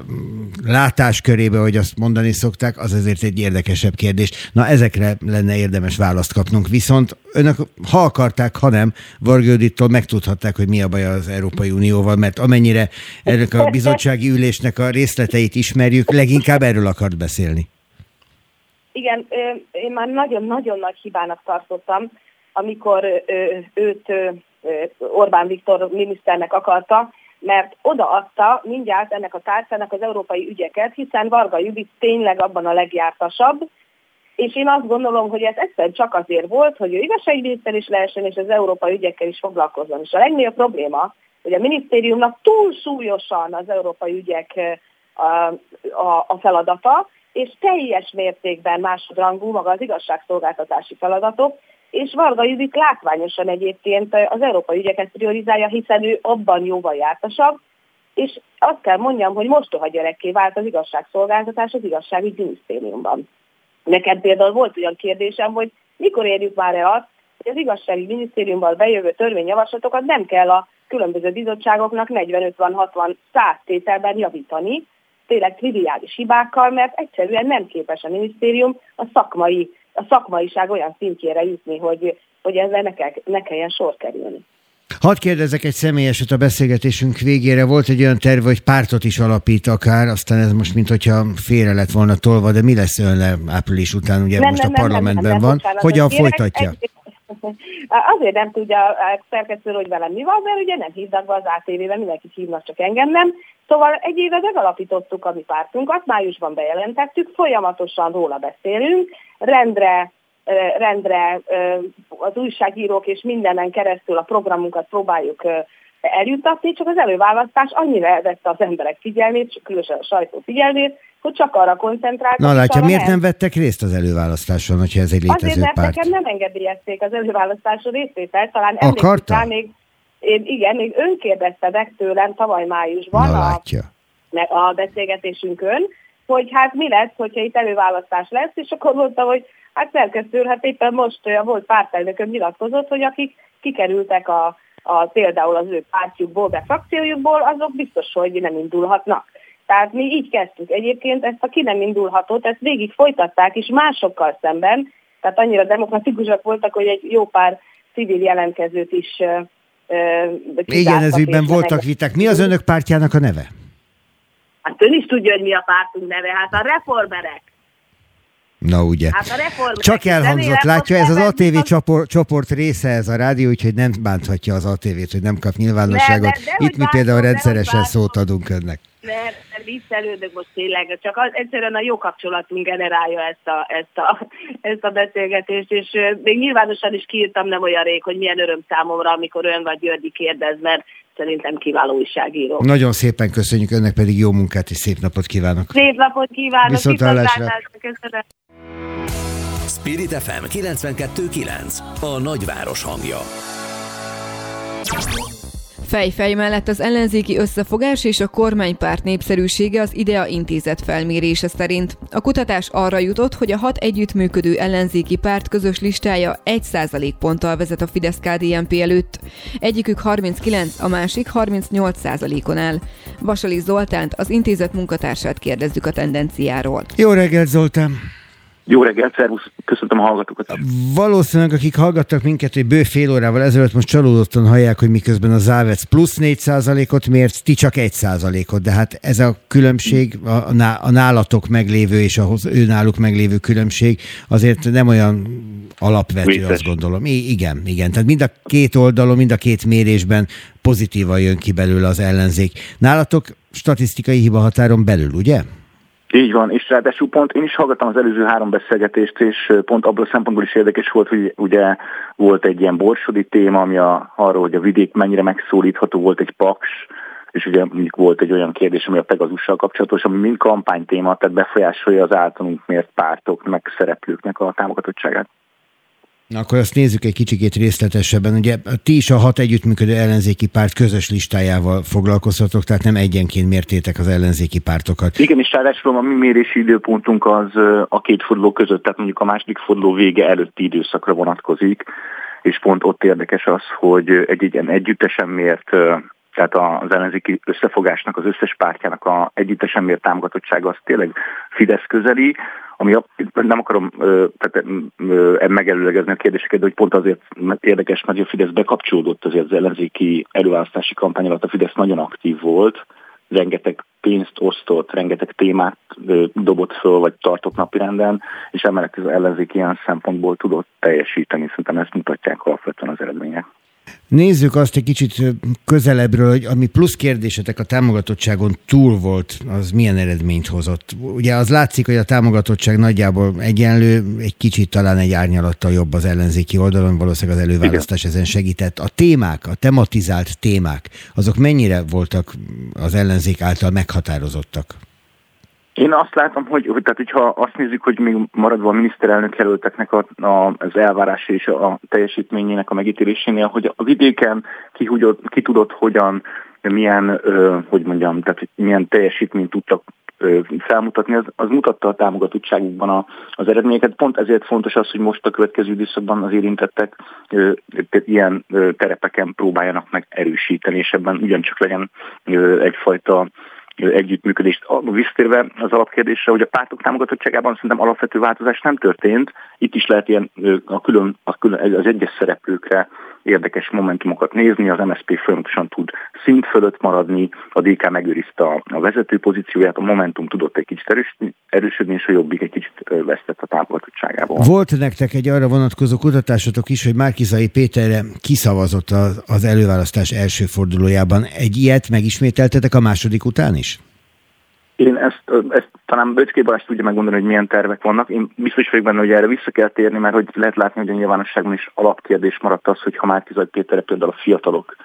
látáskörébe, hogy azt mondani szokták, az azért egy érdekesebb kérdés. Na, ezekre lenne érdemes választ kapnunk. Viszont önök, ha akarták, ha nem, Varga Judittól megtudhatták, hogy mi a baj az Európai Unióval, mert amennyire ennek a bizottsági ülésnek a részleteit ismerjük, leginkább erről akart beszélni. Igen, én már nagyon-nagyon nagy hibának tartottam, amikor őt Orbán Viktor miniszternek akarta, mert odaadta mindjárt ennek a tárcának az európai ügyeket, hiszen Varga Judit tényleg abban a legjártasabb, és én azt gondolom, hogy ez egyszerűen csak azért volt, hogy ő igazságügyminiszter is lehessen, és az európai ügyekkel is foglalkozzon. És a legnagyobb probléma, hogy a minisztériumnak túl súlyosan az európai ügyek a, a, a feladata, és teljes mértékben másodrangú maga az igazságszolgáltatási feladatok, és Varga Judit látványosan egyébként az európai ügyeket priorizálja, hiszen ő abban jóval jártasabb, és azt kell mondjam, hogy mostoha gyerekké vált az igazságszolgáltatás az igazságügyi minisztériumban. Nekem például volt olyan kérdésem, hogy mikor érjük már el azt, hogy az igazságügyi minisztériumban bejövő törvényjavaslatokat nem kell a különböző bizottságoknak negyven, ötven, hatvan, száz tételben javítani, tényleg triviális hibákkal, mert egyszerűen nem képes a minisztérium a szakmai, a szakmaiság olyan szintjére jutni, hogy, hogy ezzel ne, kell, ne kelljen sor kerülni. Hadd kérdezzek egy személyeset a beszélgetésünk végére. Volt egy olyan terve, hogy pártot is alapít akár, aztán ez most minthogyha félre lett volna tolva, de mi lesz önle április után, ugye nem, most nem, a parlamentben nem, nem, nem, van. Bocsánat, hogyan folytatja? Egy, azért nem tudja a szerkesztő, hogy velem mi van, mert ugye nem hívnak be az á té vé-ben, mindenkit hívnak, csak engem nem. Szóval egy éve megalapítottuk a mi pártunkat, májusban bejelentettük, folyamatosan róla beszélünk, rendre, rendre az újságírók és mindenen keresztül a programunkat próbáljuk eljutatni, csak az előválasztás annyira elvette az emberek figyelmét, különösen a sajtó figyelmét, hogy csak arra koncentráltak. Na látja, miért nem vettek részt az előválasztáson, hogyha ez egy létező Azért, mert párt? nekem nem engedélyezték az előválasztáson részvételt, talán emlékszik rá még, én, igen, még ön kérdezte meg tőlem tavaly májusban a, a beszélgetésünkön, hogy hát mi lesz, hogyha itt előválasztás lesz, és akkor mondta, hogy hát szerkesztő, hát éppen most a volt pártelnökön nyilatkozott, hogy akik kikerültek a, a, például az ő pártjukból, be frakciójukból, azok biztos, hogy nem indulhatnak. Tehát mi így kezdtük. Egyébként ezt a ki nem indulhatót, ezt végig folytatták is másokkal szemben, tehát annyira demokratikusak voltak, hogy egy jó pár civil jelentkezőt is igen, ez ügyben voltak viták. Mi az önök pártjának a neve? Hát ön is tudja, hogy mi a pártunk neve. Hát a reformerek. Na ugye. Hát a reformerek. Csak elhangzott, látja, ez az á té vé csoport, csoport része ez a rádió, úgyhogy nem bánthatja az á té vét, hogy nem kap nyilvánosságot. De, de, de, Itt mi például rendszeresen szót adunk önnek. Mert visszaelődök most tényleg, csak az, egyszerűen a jó kapcsolatunk generálja ezt a, ezt, a, ezt a beszélgetést, és még nyilvánosan is kiírtam nem olyan rég, hogy milyen öröm számomra, amikor ön vagy Györgyi kérdez, mert szerintem kiváló újságíró. Nagyon szépen köszönjük, önnek pedig jó munkát és szép napot kívánok. Szép napot kívánok. Viszontlátásra. Spirit ef em kilencvenkettő kilenc, a nagyváros hangja. Fejfej mellett az ellenzéki összefogás és a kormánypárt népszerűsége az IDEA intézet felmérése szerint. A kutatás arra jutott, hogy a hat együttműködő ellenzéki párt közös listája egy százalékponttal vezet a Fidesz-ká dé en pé előtt. Egyikük harminckilenc, a másik harmincnyolc százalékon áll. Vasali Zoltánt, az intézet munkatársát kérdezzük a tendenciáról. Jó reggelt, Zoltán! Jó reggelt, szervusz, köszöntöm a hallgatókat. Valószínűleg, akik hallgattak minket, hogy bő fél órával ezelőtt, most csalódottan hallják, hogy miközben a Závec plusz négy százalékot mért, ti csak egy százalékot, de hát ez a különbség, a, a nálatok meglévő és a ő náluk meglévő különbség azért nem olyan alapvető, Vicces. Azt gondolom. I- igen, igen. Tehát mind a két oldalon, mind a két mérésben pozitívan jön ki belőle az ellenzék. Nálatok statisztikai hibahatáron belül, ugye? Így van, és ráadásul pont én is hallgattam az előző három beszélgetést, és pont abból a szempontból is érdekes volt, hogy ugye volt egy ilyen borsodi téma, ami a, arról, hogy a vidék mennyire megszólítható, volt egy paks, és ugye mondjuk volt egy olyan kérdés, ami a Pegazussal kapcsolatos, ami mind kampánytéma, tehát befolyásolja az általunk mért pártok, meg szereplőknek a támogatottságát. Na, akkor azt nézzük egy kicsikét részletesebben. Ugye ti is a hat együttműködő ellenzéki párt közös listájával foglalkoztatok, tehát nem egyenként mértétek az ellenzéki pártokat. Igen, és ráadásul a mi mérési időpontunk az a két forduló között, tehát mondjuk a második forduló vége előtti időszakra vonatkozik, és pont ott érdekes az, hogy egy ilyen együttesen mért, tehát az ellenzéki összefogásnak, az összes pártjának a együttesen mért támogatottsága az tényleg Fidesz közeli, ami a, nem akarom tehát, megelőlegezni a kérdéseket, de hogy pont azért érdekes, mert a Fidesz bekapcsolódott azért az ellenzéki előválasztási kampány alatt, a Fidesz nagyon aktív volt, rengeteg pénzt osztott, rengeteg témát dobott föl, vagy tartott napirenden, és emellett az ellenzék ilyen szempontból tudott teljesíteni, szerintem ezt mutatják alapvetően az eredmények. Nézzük azt egy kicsit közelebbről, hogy ami plusz kérdésetek a támogatottságon túl volt, az milyen eredményt hozott. Ugye az látszik, hogy a támogatottság nagyjából egyenlő, egy kicsit talán egy árnyalattal jobb az ellenzéki oldalon, valószínűleg az előválasztás Igen. ezen segített. A témák, a tematizált témák, azok mennyire voltak az ellenzék által meghatározottak? Én azt látom, hogy, hogy tehát, hogyha azt nézzük, hogy még maradva a miniszterelnök jelölteknek a, a, az elvárás és a teljesítményének a megítélésénél, hogy a vidéken ki, hogy, ki tudott hogyan, milyen, ö, hogy mondjam, tehát milyen teljesítményt tudtak ö, felmutatni, az, az mutatta a támogatottságukban a, az eredményeket. Pont ezért fontos az, hogy most a következő időszakban az érintettek ö, ilyen ö, terepeken próbáljanak meg erősíteni, és ebben ugyancsak legyen ö, egyfajta együttműködést. Visszatérve az alapkérdésre, hogy a pártok támogatottságában szerintem alapvető változás nem történt. Itt is lehet ilyen a külön, a külön, az egyes szereplőkre érdekes momentumokat nézni, az em es zé pé folyamatosan tud szint fölött maradni, a dé ká megőrizte a, a vezető pozícióját, a Momentum tudott egy kicsit erősödni, erősödni és a Jobbik egy kicsit vesztett a támogatottságából. Volt nektek egy arra vonatkozó kutatásotok is, hogy Márki-Zay Péterre kiszavazott az, az előválasztás első fordulójában. Egy ilyet megismételtetek a második után is? Én ezt, ezt talán Böcské Balázs tudja megmondani, hogy milyen tervek vannak. Én biztos vagyok benne, hogy erre vissza kell térni, mert hogy lehet látni, hogy a nyilvánosságban is alapkérdés maradt az, hogy ha Márki-Zay Péterre például a fiatalok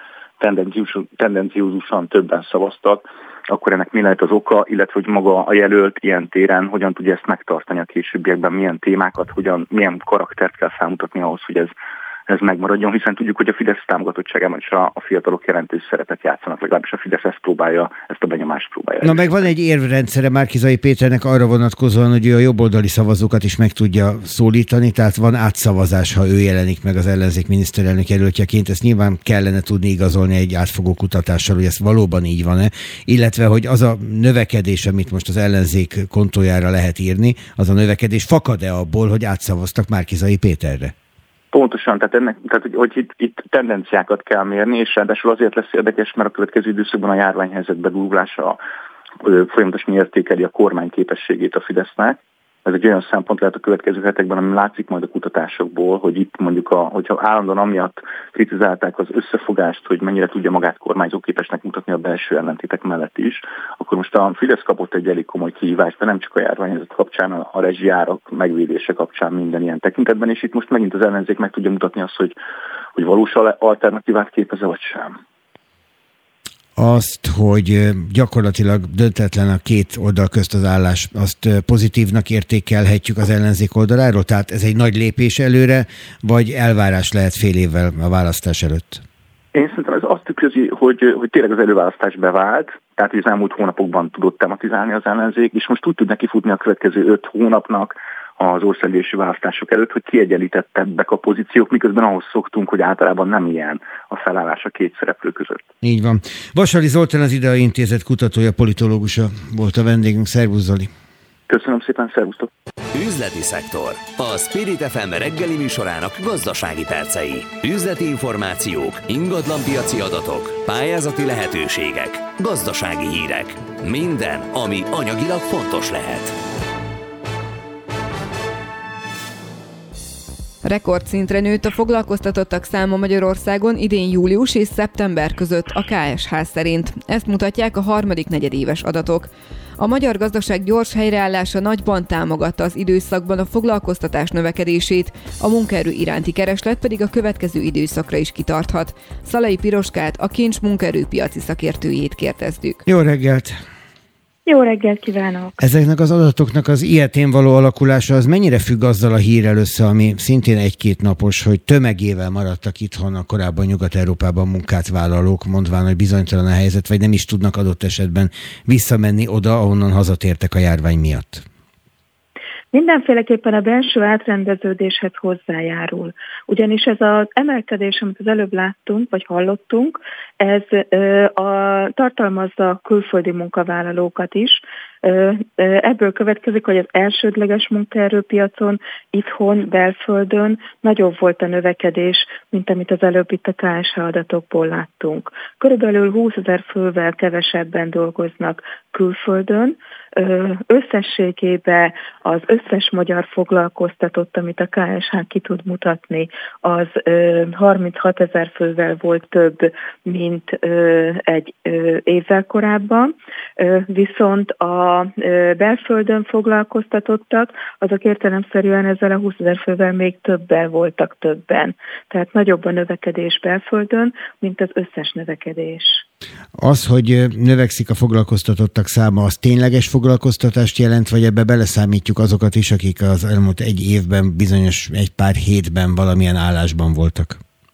tendenciózusan többen szavaztak, akkor ennek mi lehet az oka, illetve hogy maga a jelölt ilyen téren hogyan tudja ezt megtartani a későbbiekben, milyen témákat, hogyan, milyen karaktert kell felmutatni ahhoz, hogy ez ez megmaradjon, hiszen tudjuk, hogy a Fidesz támogatottságában is a, a fiatalok jelentős szerepet játszanak, legalábbis a Fidesz ezt próbálja, ezt a benyomást próbálja. Na meg van egy érvrendszere Márki-Zay Péternek arra vonatkozóan, hogy ő a jobboldali szavazókat is meg tudja szólítani, tehát van átszavazás, ha ő jelenik meg az ellenzék miniszterelnök jelöltjeként. Ezt nyilván kellene tudni igazolni egy átfogó kutatással, hogy ez valóban így van-e, illetve hogy az a növekedés, amit most az ellenzék kontójára lehet írni, az a növekedés fakad-e abból, hogy átszavaztak Márki-Zay Péterre? Pontosan, tehát, ennek, tehát hogy, hogy itt, itt tendenciákat kell mérni, és ráadásul azért lesz érdekes, mert a következő időszakban a járványhelyzet bedurvlása folyamatosan értékeli a kormány képességét a Fidesznek. Ez egy olyan szempont lehet a következő hetekben, ami látszik majd a kutatásokból, hogy itt mondjuk, a, hogyha állandóan amiatt kritizálták az összefogást, hogy mennyire tudja magát kormányzóképesnek mutatni a belső ellentétek mellett is, akkor most a Fidesz kapott egy elég komoly kihívást, de nem csak a járványhelyzet kapcsán, a rezsijárak megvédése kapcsán minden ilyen tekintetben, és itt most megint az ellenzék meg tudja mutatni azt, hogy, hogy valós alternatívát képez-e vagy sem. Azt, hogy gyakorlatilag döntetlen a két oldal közt az állás, azt pozitívnak értékelhetjük az ellenzék oldaláról? Tehát ez egy nagy lépés előre, vagy elvárás lehet fél évvel a választás előtt? Én szerintem ez azt tükrözi, hogy, hogy tényleg az előválasztás bevált, tehát az elmúlt hónapokban tudott tematizálni az ellenzék, és most úgy tud nekifutni a következő öt hónapnak az országgyűlési választások előtt, hogy kiegyenlítettebbek a pozíciók, miközben ahhoz szoktunk, hogy általában nem ilyen a felállás a két szereplő között. Így van. Vasari Zoltán, az Idea Intézet kutatója, politológusa volt a vendégünk. Szervusz, Zoli! Köszönöm szépen, szervusztok! Üzleti szektor. A Spirit ef em reggeli műsorának gazdasági percei. Üzleti információk, ingatlanpiaci adatok, pályázati lehetőségek, gazdasági hírek. Minden, ami anyagilag fontos lehet. Rekordszintre nőtt a foglalkoztatottak száma Magyarországon idén július és szeptember között a ká es há szerint. Ezt mutatják a harmadik negyedéves adatok. A magyar gazdaság gyors helyreállása nagyban támogatta az időszakban a foglalkoztatás növekedését, a munkaerő iránti kereslet pedig a következő időszakra is kitarthat. Szalai Piroskát, a Kincs munkaerőpiaci szakértőjét kérdeztük. Jó reggelt! Jó reggelt kívánok! Ezeknek az adatoknak az ilyetén való alakulása az mennyire függ azzal a hírrel össze, ami szintén egy-két napos, hogy tömegével maradtak itthon a korábban Nyugat-Európában munkát vállalók, mondván, hogy bizonytalan a helyzet, vagy nem is tudnak adott esetben visszamenni oda, ahonnan hazatértek a járvány miatt? Mindenféleképpen a belső átrendeződéshez hozzájárul. Ugyanis ez az emelkedés, amit az előbb láttunk, vagy hallottunk, ez ö, a, tartalmazza a külföldi munkavállalókat is. Ö, ö, ebből következik, hogy az elsődleges munkaerőpiacon, itthon, belföldön nagyobb volt a növekedés, mint amit az előbb itt a ká es há adatokból láttunk. Körülbelül húszezer fővel kevesebben dolgoznak külföldön. Ö, összességében az összes magyar foglalkoztatott, amit a ká es há ki tud mutatni, az ö, harminchatezer fővel volt több, mint ö, egy ö, évvel korábban, ö, viszont a ö, belföldön foglalkoztatottak, azok értelemszerűen ezzel a húszezer fővel még többel voltak többen. Tehát nagyobb a növekedés belföldön, mint az összes növekedés. Az, hogy növekszik a foglalkoztatottak száma, az tényleges foglalkoztatást jelent, vagy ebbe beleszámítjuk azokat is, akik az elmúlt egy évben, bizonyos egy pár hétben valamilyen állásban voltak?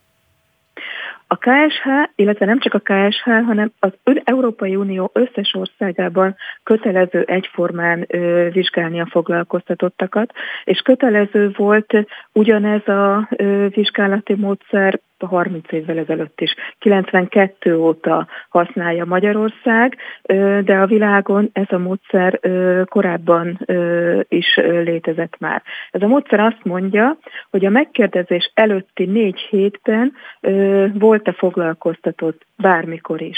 A ká es há, illetve nem csak a ká es há, hanem az Európai Unió összes országában kötelező egyformán ö, vizsgálni a foglalkoztatottakat, és kötelező volt ugyanez a ö, vizsgálati módszer harminc évvel ezelőtt is. kilencvenkettő óta használja Magyarország, de a világon ez a módszer korábban is létezett már. Ez a módszer azt mondja, hogy a megkérdezés előtti négy hétben volt-e foglalkoztatott bármikor is.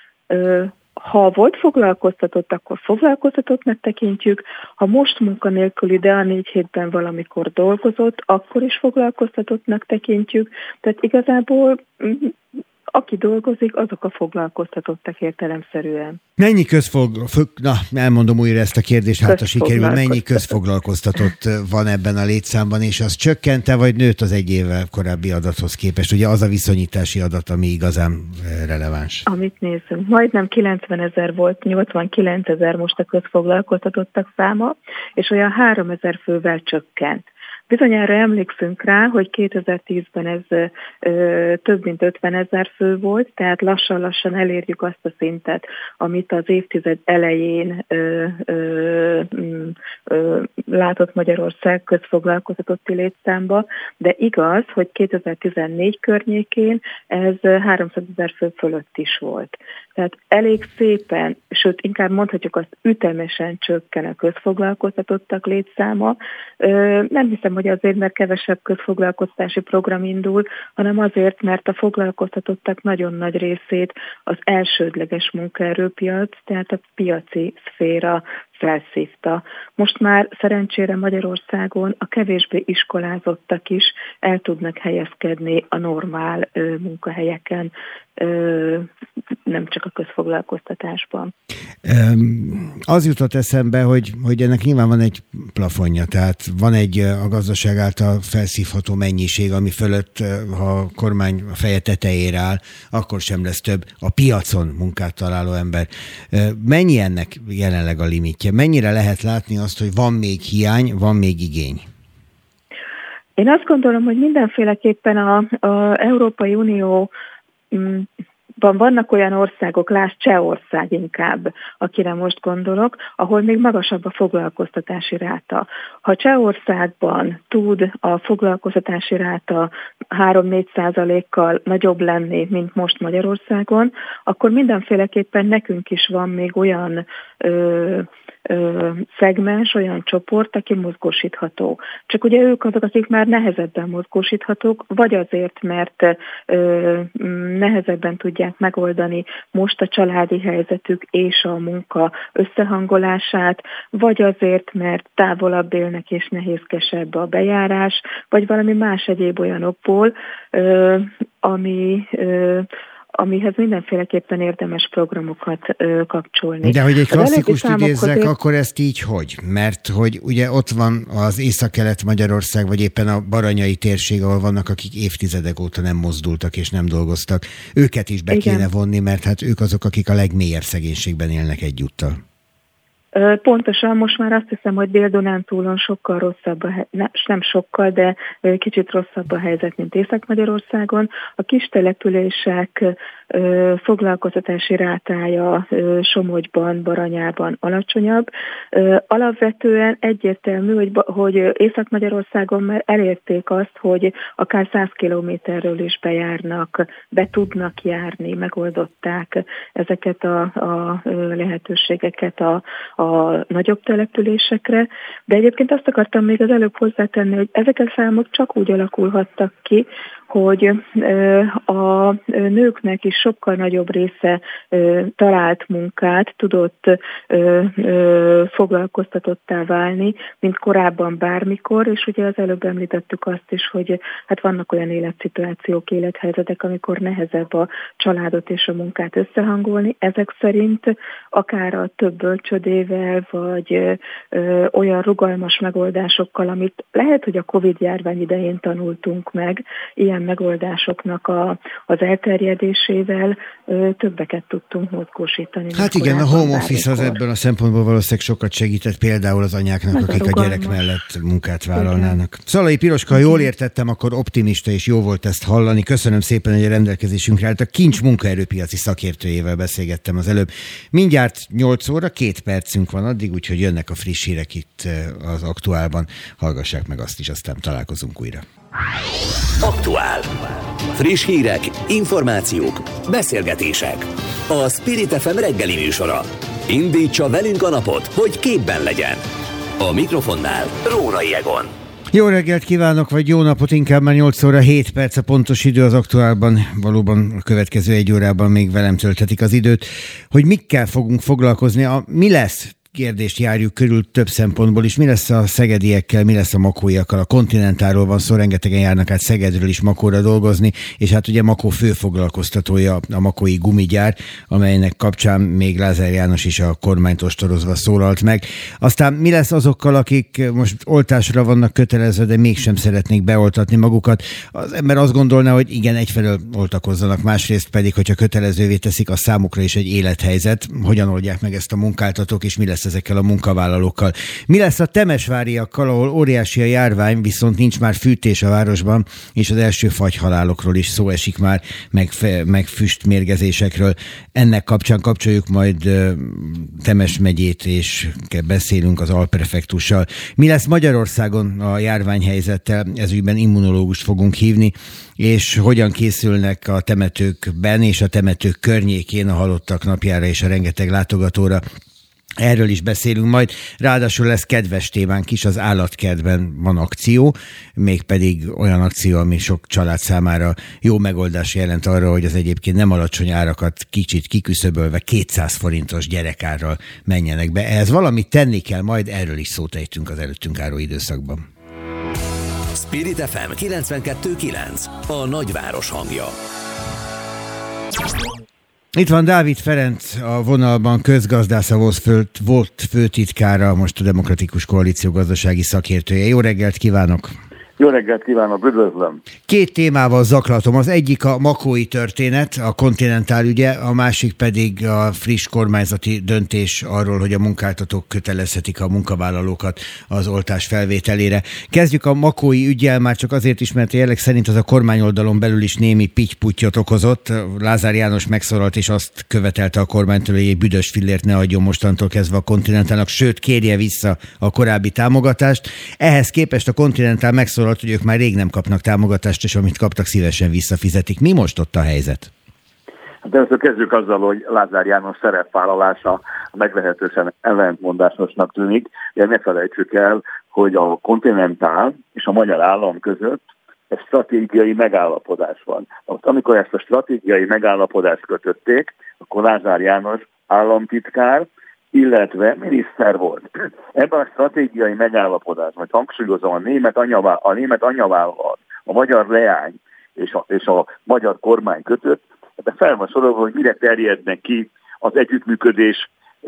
Ha volt foglalkoztatott, akkor foglalkoztatottnak tekintjük, ha most munkanélküli, de a négy hétben valamikor dolgozott, akkor is foglalkoztatottnak tekintjük. Tehát igazából aki dolgozik, azok a foglalkoztatottak értelemszerűen. Mennyi közfog... Na, elmondom újra ezt a kérdést, hát a sikerül. Mennyi közfoglalkoztatott van ebben a létszámban, és az csökkente, vagy nőtt az egy évvel korábbi adathoz képest? Ugye az a viszonyítási adat, ami igazán releváns. Amit nézzünk, majdnem kilencvenezer volt, nyolcvankilencezer most a közfoglalkoztatottak száma, és olyan háromezer fővel csökkent. Bizonyára emlékszünk rá, hogy kétezer-tízben ez ö, több mint ötvenezer fő volt, tehát lassan-lassan elérjük azt a szintet, amit az évtized elején ö, ö, ö, látott Magyarország közfoglalkoztatotti létszámba, de igaz, hogy kétezer-tizennégy környékén ez háromszázezer fő fölött is volt. Tehát elég szépen, sőt inkább mondhatjuk azt, ütemesen csökken a közfoglalkoztatottak létszáma. Nem hiszem, hogy azért, mert kevesebb közfoglalkoztatási program indul, hanem azért, mert a foglalkoztatottak nagyon nagy részét az elsődleges munkaerőpiac, tehát a piaci szféra felszívta. Most már szerencsére Magyarországon a kevésbé iskolázottak is el tudnak helyezkedni a normál ö, munkahelyeken, ö, nem csak a közfoglalkoztatásban. Az jutott eszembe, hogy, hogy ennek nyilván van egy plafonja, tehát van egy a gazdaság által felszívható mennyiség, ami fölött, ha a kormány a feje tetejére áll, akkor sem lesz több a piacon munkát találó ember. Mennyi ennek jelenleg a limitje? Mennyire lehet látni azt, hogy van még hiány, van még igény? Én azt gondolom, hogy mindenféleképpen az Európai Unió vannak olyan országok, lásd Csehország inkább, akire most gondolok, ahol még magasabb a foglalkoztatási ráta. Ha Csehországban tud a foglalkoztatási ráta három-négy százalékkal nagyobb lenni, mint most Magyarországon, akkor mindenféleképpen nekünk is van még olyan ö, ö, szegmens, olyan csoport, aki mozgósítható. Csak ugye ők azok, akik már nehezebben mozgósíthatók, vagy azért, mert ö, nehezebben tudják megoldani most a családi helyzetük és a munka összehangolását, vagy azért, mert távolabb élnek és nehézkesebb a bejárás, vagy valami más egyéb olyan okból, ö, ami... Ö, amihez mindenféleképpen érdemes programokat ö, kapcsolni. De hogy egy klasszikust idézzek, azért... akkor ezt így hogy? Mert hogy ugye ott van az Észak-Kelet-Magyarország, vagy éppen a baranyai térség, ahol vannak, akik évtizedek óta nem mozdultak és nem dolgoztak. Őket is be Igen. kéne vonni, mert hát ők azok, akik a legmélyebb szegénységben élnek egyúttal. Pontosan, most már azt hiszem, hogy Dél-Dunántúlon sokkal rosszabb a helyzet, nem sokkal, de kicsit rosszabb a helyzet, mint Észak-Magyarországon. A kis települések foglalkoztatási rátája Somogyban, Baranyában alacsonyabb. Alapvetően egyértelmű, hogy, hogy Észak-Magyarországon már elérték azt, hogy akár száz kilométerről is bejárnak, be tudnak járni, megoldották ezeket a, a lehetőségeket a, a nagyobb településekre. De egyébként azt akartam még az előbb hozzátenni, hogy ezek a számok csak úgy alakulhattak ki, hogy a nőknek is sokkal nagyobb része talált munkát, tudott foglalkoztatottá válni, mint korábban bármikor, és ugye az előbb említettük azt is, hogy hát vannak olyan életszituációk, élethelyzetek, amikor nehezebb a családot és a munkát összehangolni. Ezek szerint akár a több bölcsödével, vagy olyan rugalmas megoldásokkal, amit lehet, hogy a Covid-járvány idején tanultunk meg, ilyen megoldásoknak a, az elterjedésével ö, többeket tudtunk mozgósítani. Hát igen, a home office az ebből a szempontból valószínűleg sokat segített például az anyáknak, meg akik a, a gyerek mellett munkát vállalnának. Igen. Szalai Piroska, ha jól értettem, akkor optimista és jó volt ezt hallani. Köszönöm szépen, hogy a rendelkezésünkre állt. A Kincs munkaerőpiaci szakértőjével beszélgettem az előbb. Mindjárt nyolc óra, két percünk van addig, úgyhogy jönnek a friss hírek itt az Aktuálban. Hallgassák meg azt is, aztán találkozunk újra. Aktuál. Friss hírek, információk, beszélgetések. A Spirit ef em reggeli műsora. Indítsa velünk a napot, hogy képben legyen. A mikrofonnál Rórai Egon. Jó reggelt kívánok, vagy jó napot, inkább már nyolc óra hét perc a pontos idő az Aktuálban. Valóban a következő egy órában még velem tölthetik az időt. Hogy mikkel fogunk foglalkozni, a, mi lesz? Kérdést járjuk körül több szempontból is. Mi lesz a szegediekkel, mi lesz a makóiakkal? A Continentalról van szó, rengetegen járnak át Szegedről is Makóra dolgozni, és hát ugye Makó főfoglalkoztatója a makói gumigyár, amelynek kapcsán még Lázár János is a kormányt ostorozva szólalt meg. Aztán mi lesz azokkal, akik most oltásra vannak kötelezve, de mégsem szeretnék beoltatni magukat? Az ember azt gondolná, hogy igen, egyfelől oltakozzanak, másrészt pedig, hogyha kötelezővé teszik, a számukra is egy élethelyzet. Hogyan oldják meg ezt a munkáltatók, és mi lesz ezekkel a munkavállalókkal? Mi lesz a temesváriakkal, ahol óriási a járvány, viszont nincs már fűtés a városban, és az első fagyhalálokról is szó esik már, meg, meg füstmérgezésekről. Ennek kapcsán kapcsoljuk majd uh, Temes megyét, és beszélünk az alprefektussal. Mi lesz Magyarországon a járványhelyzettel? Ezügyben immunológust fogunk hívni, és hogyan készülnek a temetőkben és a temetők környékén a halottak napjára és a rengeteg látogatóra. Erről is beszélünk majd, ráadásul lesz kedves témánk is, az állatkertben van akció, mégpedig olyan akció, ami sok család számára jó megoldás jelent arra, hogy az egyébként nem alacsony árakat kicsit kiküszöbölve kétszáz forintos gyerekárral menjenek be. Ehhez valamit tenni kell, majd erről is szót ejtünk az előttünk álló időszakban. Spirit ef em kilencvenkettő kilenc, a nagyváros hangja. Itt van Dávid Ferenc a vonalban, közgazdásza volt főtitkára, most a Demokratikus Koalíció gazdasági szakértője. Jó reggelt kívánok! Jó reggelt kívánok, üdvözlöm! Két témával zaklatom. Az egyik a makói történet, a Continental ügye, a másik pedig a friss kormányzati döntés arról, hogy a munkáltatók kötelezhetik a munkavállalókat az oltás felvételére. Kezdjük a makói üggyel, már csak azért is, mert jelleg szerint az a kormányoldalon belül is némi pitty-puttyot okozott. Lázár János megszólalt és azt követelte a kormánytól, hogy egy büdös fillért ne adjon mostantól kezdve a Continentalnak, sőt kérje vissza a korábbi támogatást. Ehhez képest a Continental megszólalt, hogy ők már rég nem kapnak támogatást, és amit kaptak, szívesen visszafizetik. Mi most ott a helyzet? De ezt kezdjük azzal, hogy Lázár János szerepvállalása meglehetősen ellentmondásosnak tűnik. De ne felejtsük el, hogy a Continental és a magyar állam között egy stratégiai megállapodás van. Amikor ezt a stratégiai megállapodást kötötték, akkor Lázár János államtitkár, illetve miniszter volt. Ebben a stratégiai megállapodásban, hogy hangsúlyozom, a német, anyavá, a német anyavállalat, a magyar leány és a, és a magyar kormány kötött, ebben fel van sorolva, hogy mire terjednek ki az együttműködés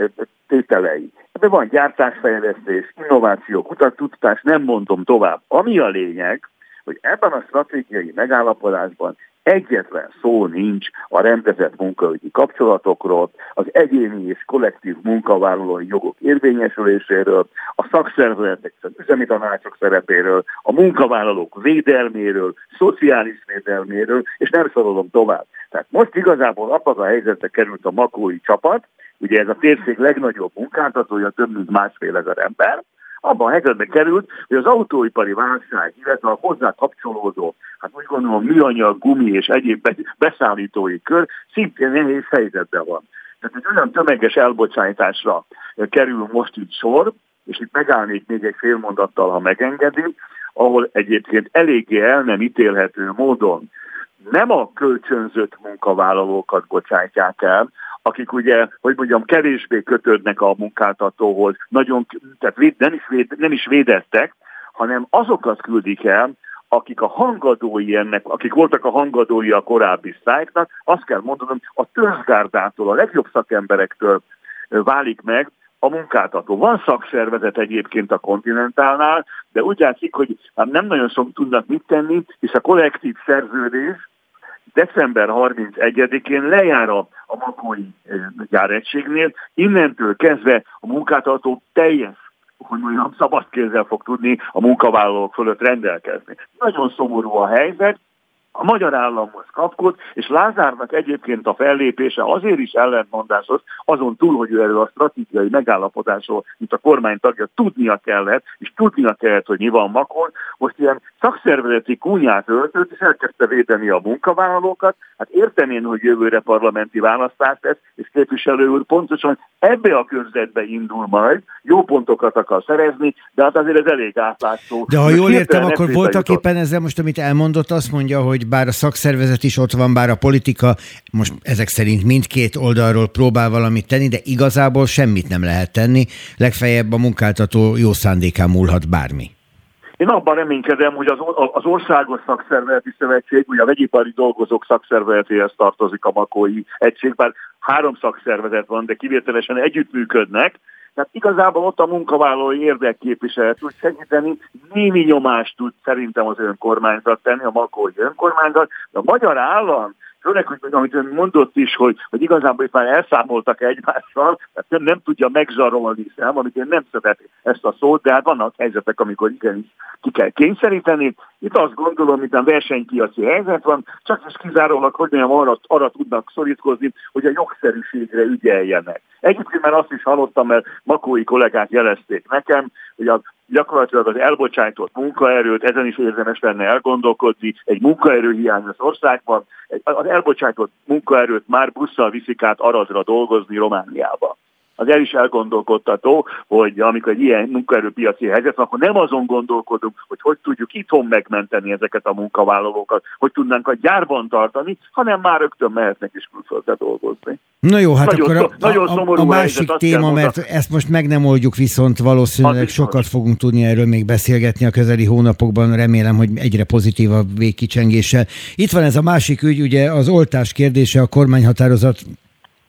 tételei. Ebben van gyártásfejlesztés, innováció, kutatás, nem mondom tovább. Ami a lényeg, hogy ebben a stratégiai megállapodásban egyetlen szó nincs a rendezett munkaügyi kapcsolatokról, az egyéni és kollektív munkavállalói jogok érvényesüléséről, a szakszervezetek, az üzemi tanácsok szerepéről, a munkavállalók védelméről, szociális védelméről, és nem sorolom tovább. Tehát most igazából abban a helyzetbe került a makói csapat, ugye ez a térség legnagyobb munkáltatója, több mint másfél ezer ember, abban a helyzetbe került, hogy az autóipari válság, illetve a hozzá kapcsolódó, hát úgy gondolom műanyag, gumi és egyéb beszállítói kör szintén nehéz helyzetben van. Tehát egy olyan tömeges elbocsátásra kerül most itt sor, és itt megállnék még egy fél mondattal, ha megengedi, ahol egyébként eléggé el nem ítélhető módon nem a kölcsönzött munkavállalókat bocsátják el, akik ugye, hogy mondjam, kevésbé kötődnek a munkáltatóhoz, nagyon, tehát véd, nem, is véd, nem is védettek, hanem azokat küldik el, akik a hangadói ennek, akik voltak a hangadói a korábbi sztrájknak, azt kell mondanom, a törzsgárdától, a legjobb szakemberektől válik meg a munkáltató. Van szakszervezet egyébként a Continentalnál, de úgy látszik, hogy nem nagyon sok tudnak mit tenni, és a kollektív szerződés december harmincegyedikén lejár a, a makói gyáregységnél, innentől kezdve a munkáltató teljes, hogy mondjam, szabad kézzel fog tudni a munkavállalók fölött rendelkezni. Nagyon szomorú a helyzet, a magyar államhoz kapkod, és Lázárnak egyébként a fellépése azért is ellentmondásos, azon túl, hogy ő erről a stratégiai megállapodásról, mint a kormány tagja, tudnia kellett, és tudnia kellett, hogy mi van makon. Most ilyen szakszervezeti kúnyát öltött, és elkezdte védeni a munkavállalókat. Hát érteném, hogy jövőre parlamenti választás lesz, és képviselő úr pontosan ebbe a körzetbe indul majd, jó pontokat akar szerezni, de hát azért ez elég átlátszó. De ha jól értem, akkor voltak éppen ezzel most, amit elmondott, azt mondja, hogy bár a szakszervezet is ott van, bár a politika most ezek szerint mindkét oldalról próbál valamit tenni, de igazából semmit nem lehet tenni, legfeljebb a munkáltató jó szándékán múlhat bármi. Én abban reménykedem, hogy az, az Országos Szakszervezeti Szövetség, ugye a vegyipari dolgozók szakszervezetéhez tartozik a makói egység, bár három szakszervezet van, de kivételesen együttműködnek, tehát igazából ott a munkavállalói érdekképviselet tud segíteni, némi nyomást tud szerintem az önkormányzat tenni, a makói önkormányzat, de a magyar állam, főleg, hogy amit ön mondott is, hogy, hogy igazából itt már elszámoltak egymással, tehát nem, nem tudja megzsarolni szám, amit én nem szeretem ezt a szót, de hát vannak helyzetek, amikor igenis ki kell kényszeríteni. Itt azt gondolom, mint a versenypiaci helyzet van, csak is kizárólag, hogy nem arra, arra tudnak szorítkozni, hogy a jogszerűségre ügyeljenek. Egyébként már azt is hallottam, mert makói kollégák jelezték nekem, hogy a, gyakorlatilag az elbocsájtott munkaerőt, ezen is érdemes lenne elgondolkodni, egy munkaerőhiányos országban, az elbocsájtott munkaerőt már busszal viszik át Aradra dolgozni Romániába. Az el is elgondolkodtató, hogy amikor egy ilyen munkaerőpiaci helyzet van, akkor nem azon gondolkodunk, hogy hogy tudjuk itthon megmenteni ezeket a munkavállalókat, hogy tudnánk a gyárban tartani, hanem már rögtön mehetnek is külföldre dolgozni. Na jó, hát nagyon, akkor a, nagyon a, a másik helyzet, téma, mert ezt most meg nem oldjuk, viszont valószínűleg az sokat is fogunk tudni erről még beszélgetni a közeli hónapokban, remélem, hogy egyre pozitívabb végkicsengéssel. Itt van ez a másik ügy, ugye az oltás kérdése, a kormányhatározat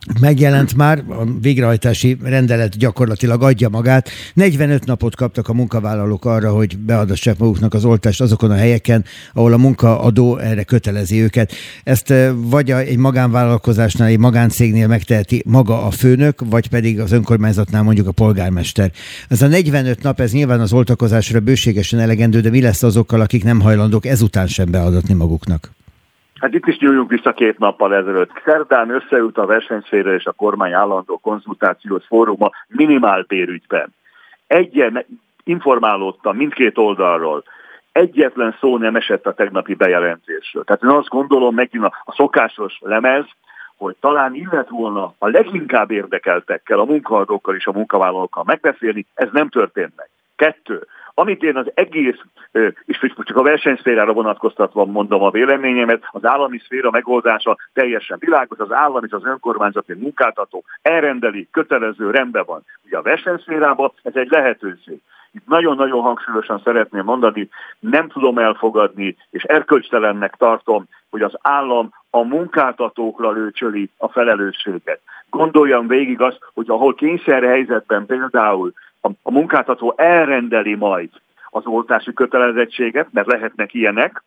megjelent már, a végrehajtási rendelet gyakorlatilag adja magát. negyvenöt napot kaptak a munkavállalók arra, hogy beadassák maguknak az oltást azokon a helyeken, ahol a munkaadó erre kötelezi őket. Ezt vagy egy magánvállalkozásnál, egy magáncégnél megteheti maga a főnök, vagy pedig az önkormányzatnál mondjuk a polgármester. Ez a negyvenöt nap, ez nyilván az oltakozásra bőségesen elegendő, de mi lesz azokkal, akik nem hajlandók ezután sem beadatni maguknak? Hát itt is nyúljunk vissza két nappal ezelőtt. Szerdán összeült a versenyszféra és a kormány állandó konzultációs fóruma minimálbérügyben. Egyen informálódtam mindkét oldalról. Egyetlen szó nem esett a tegnapi bejelentésről. Tehát én azt gondolom, megint a, a szokásos lemez, hogy talán illet volna a leginkább érdekeltekkel, a munkaadókkal és a munkavállalókkal megbeszélni, ez nem történt meg. Kettő. Amit én az egész, és csak a versenyszférára vonatkoztatva mondom a véleményemet, az állami szféra megoldása teljesen világos, az állam és az önkormányzati munkáltató elrendeli, kötelező, rendben van. Ugye a versenyszférában ez egy lehetőség. Itt nagyon-nagyon hangsúlyosan szeretném mondani, nem tudom elfogadni, és erkölcstelennek tartom, hogy az állam a munkáltatókra lőcsöli a felelősséget. Gondoljam végig azt, hogy ahol kényszerhelyzetben például a, a munkáltató elrendeli majd az oltási kötelezettséget, mert lehetnek ilyenek,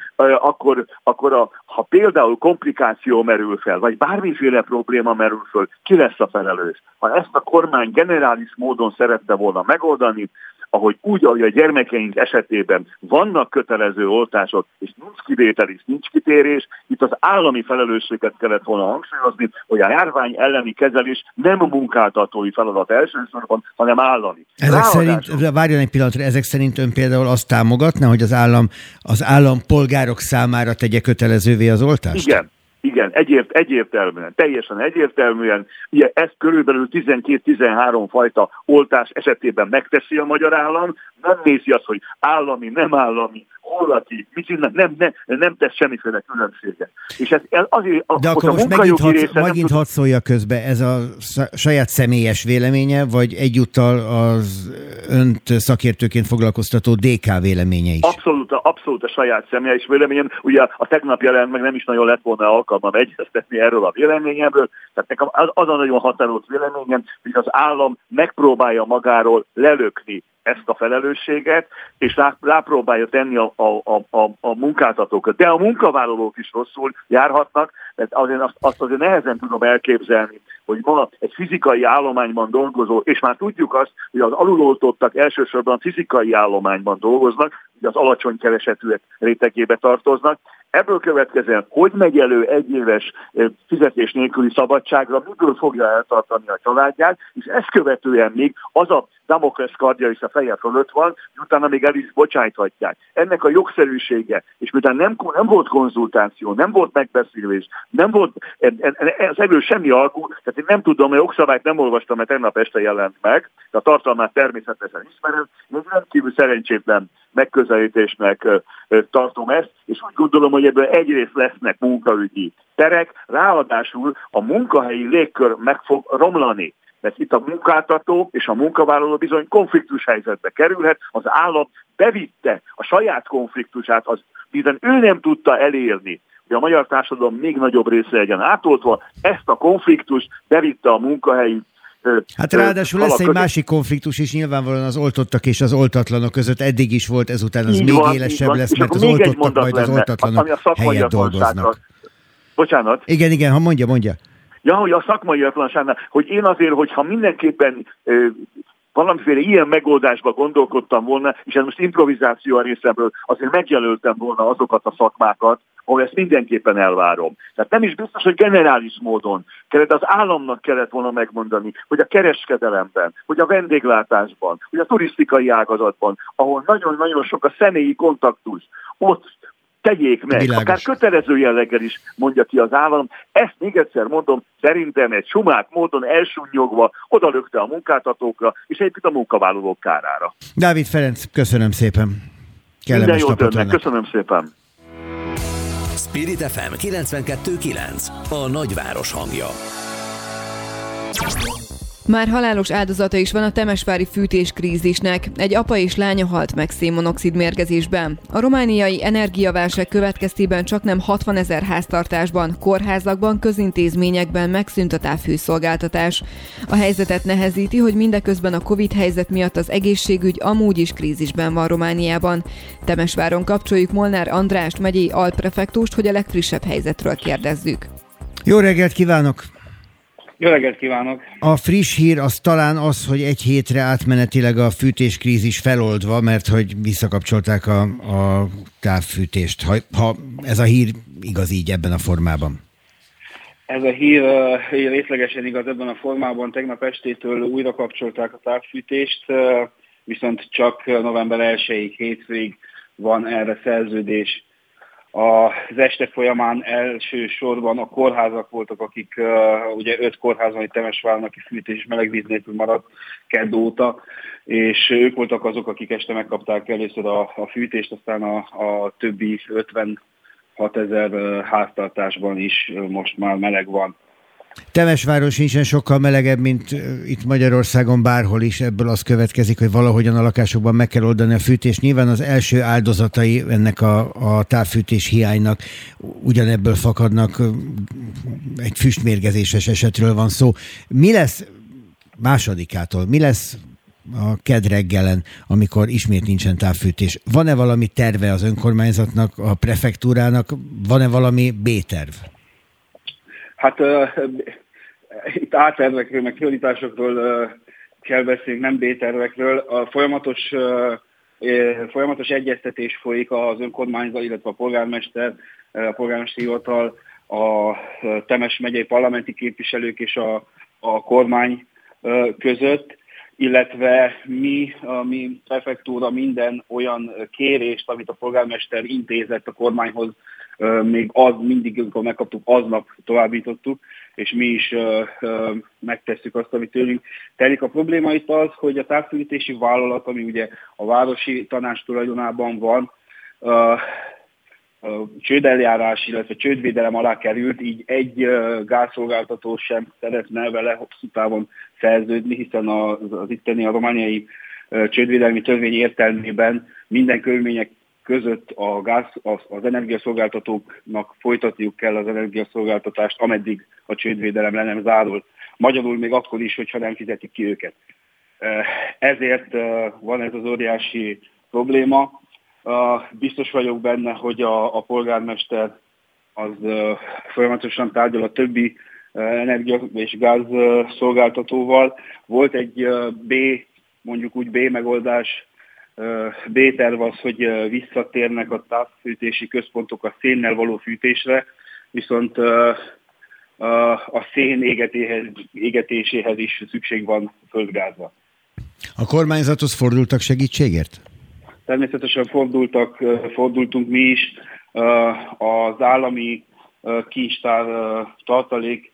akkor, akkor a, ha például komplikáció merül fel, vagy bármiféle probléma merül fel, ki lesz a felelős? Ha ezt a kormány generális módon szerette volna megoldani, ahogy úgy, ahogy a gyermekeink esetében vannak kötelező oltások, és nincs kivétel és nincs kitérés, itt az állami felelősséget kellett volna hangsúlyozni, hogy a járvány elleni kezelés nem a munkáltatói feladat elsősorban, hanem állami. Ezek szerint, várjon egy pillanatra, ezek szerint ön például azt támogatna, hogy az állam az állampolgárok számára tegye kötelezővé az oltást? Igen. Igen, egyért, egyértelműen, teljesen egyértelműen. Ugye ezt körülbelül tizenkét-tizenhárom fajta oltás esetében megteszi a magyar állam, nem nézi azt, hogy állami, nem állami, hol aki, mit csinál, nem, nem, nem tesz semmiféle különbséget. És ez, ez azért, de akkor most megint, hat, megint hadd szólja közbe, ez a saját személyes véleménye, vagy egyúttal az önt szakértőként foglalkoztató dé ká véleménye is? Abszolút, abszolút a saját személyes véleményem. Ugye a tegnap jelent meg, nem is nagyon lett volna alkalmam egyeztetni erről a véleményemről. Tehát nekem az, az a nagyon határozott véleményem, hogy az állam megpróbálja magáról lelökni ezt a felelősséget, és rá, rápróbálja tenni a, a, a, a, a munkáltatókat. De a munkavállalók is rosszul járhatnak, mert azért azt, azt azért nehezen tudom elképzelni, hogy ma egy fizikai állományban dolgozó, és már tudjuk azt, hogy az aluloltottak elsősorban fizikai állományban dolgoznak, ugye az alacsony keresetűek rétegébe tartoznak. Ebből következően, hogy megy elő egy éves fizetés nélküli szabadságra, miből fogja eltartani a családját, és ezt követően még az a Damoklesz kardja is a feje fölött van, és utána még el is bocsájthatják. Ennek a jogszerűsége, és miután nem, nem volt konzultáció, nem volt megbeszélés, nem volt az erről semmi alkú, tehát én nem tudom, hogy jogszabályt nem olvastam, mert tegnap este jelent meg, de a tartalmát természetesen ismerem, én rendkívül szerencsétlen megközelítésnek tartom ezt, és úgy gondolom, hogy ebből egyrészt lesznek munkaügyi terek, ráadásul a munkahelyi légkör meg fog romlani, mert itt a munkáltató és a munkavállaló bizony konfliktus helyzetbe kerülhet, az állam bevitte a saját konfliktusát, az bizony ő nem tudta elérni, hogy a magyar társadalom még nagyobb része legyen átoltva, ezt a konfliktust bevitte a munkahelyi. Hát ráadásul lesz egy másik konfliktus is nyilvánvalóan az oltottak és az oltatlanok között. Eddig is volt, ezután az így még van, élesebb lesz, mert az oltottak majd az oltatlanok helyett dolgoznak. Bocsánat. Igen, igen, ha mondja, mondja. Ja, hogy a szakmai atlanságnál, hogy én azért, hogyha mindenképpen ö, valamiféle ilyen megoldásba gondolkodtam volna, és ez most improvizáció a részemről, azért megjelöltem volna azokat a szakmákat, ahol ezt mindenképpen elvárom. Tehát nem is biztos, hogy generális módon kellett, az államnak kellett volna megmondani, hogy a kereskedelemben, hogy a vendéglátásban, hogy a turisztikai ágazatban, ahol nagyon-nagyon sok a személyi kontaktus, ott tegyék meg, világos. Akár kötelező jelleggel is mondja ki az állam. Ezt még egyszer mondom, szerintem egy sumák módon elsúnyogva odalökte a munkáltatókra, és egyébként a munkavállalók kárára. Dávid Ferenc, köszönöm szépen. Kellemes minden jót önnek, köszönöm szépen. Spirit ef em kilencvenkettő kilenc, a nagyváros hangja. Már halálos áldozata is van a temesvári fűtéskrízisnek. Egy apa és lánya halt meg szénmonoxid mérgezésben. A romániai energiaválság következtében csaknem hatvanezer háztartásban, kórházakban, közintézményekben megszűnt a távfűszolgáltatás. A helyzetet nehezíti, hogy mindeközben a Covid helyzet miatt az egészségügy amúgy is krízisben van Romániában. Temesváron kapcsoljuk Molnár Andrást, megyei alprefektust, hogy a legfrissebb helyzetről kérdezzük. Jó reggelt kívánok! Jó reggelt kívánok! A friss hír az talán az, hogy egy hétre átmenetileg a fűtéskrízis feloldva, mert hogy visszakapcsolták a, a távfűtést. Ha, ha ez a hír igaz így ebben a formában. Ez a hír uh, részlegesen igaz ebben a formában. Tegnap estétől újra kapcsolták a távfűtést, uh, viszont csak november elsejéig, hétfőig van erre szerződés. Az este folyamán elsősorban a kórházak voltak, akik uh, ugye öt kórházban itt Temesváron, aki fűtés és melegvíz nélkül maradt kedd óta, és ők voltak azok, akik este megkapták először a, a fűtést, aztán a, a többi ötvenhatezer háztartásban is most már meleg van. Temesváron sincsen sokkal melegebb, mint itt Magyarországon bárhol is, ebből az következik, hogy valahogyan a lakásokban meg kell oldani a fűtést. Nyilván az első áldozatai ennek a, a távfűtés hiánynak ugyanebből fakadnak, egy füstmérgezéses esetről van szó. Mi lesz másodikától, mi lesz a kedd reggelen, amikor ismét nincsen távfűtés? Van-e valami terve az önkormányzatnak, a prefektúrának, van-e valami B-terv? Hát uh, itt A-tervekről, meg prioritásokról uh, kell beszélni, nem B-tervekről. A folyamatos, uh, uh, folyamatos egyeztetés folyik az önkormányzat, illetve a polgármester, uh, a polgármesteri hivatal, a uh, Temes megyei parlamenti képviselők és a, a kormány uh, között, illetve mi, a mi prefektúra minden olyan kérést, amit a polgármester intézett a kormányhoz, még az mindig, amikor megkaptuk, aznap továbbítottuk, és mi is uh, uh, megtesszük azt, amit tőlünk telik. A probléma itt az, hogy a távfűtési vállalat, ami ugye a városi tanács tulajdonában van, uh, uh, csődeljárás, illetve csődvédelem alá került, így egy uh, gázszolgáltató sem szeretne vele hosszú távon szerződni, hiszen az, az itteni a romániai uh, csődvédelmi törvény értelmében minden körülmények között a gáz, az, az energiaszolgáltatóknak folytatniuk kell az energiaszolgáltatást, ameddig a csődvédelem le nem zárul. Magyarul még akkor is, hogyha nem fizetik ki őket. Ezért van ez az óriási probléma. Biztos vagyok benne, hogy a, a polgármester az folyamatosan tárgyal a többi energia és gáz szolgáltatóval. Volt egy B, mondjuk úgy B megoldás, B-terv az, hogy visszatérnek a távfűtési központok a szénnel való fűtésre, viszont a szén égetéséhez is szükség van földgázra. A kormányzathoz fordultak segítségért? Természetesen fordultak, fordultunk mi is. Az állami kincstár tartalék,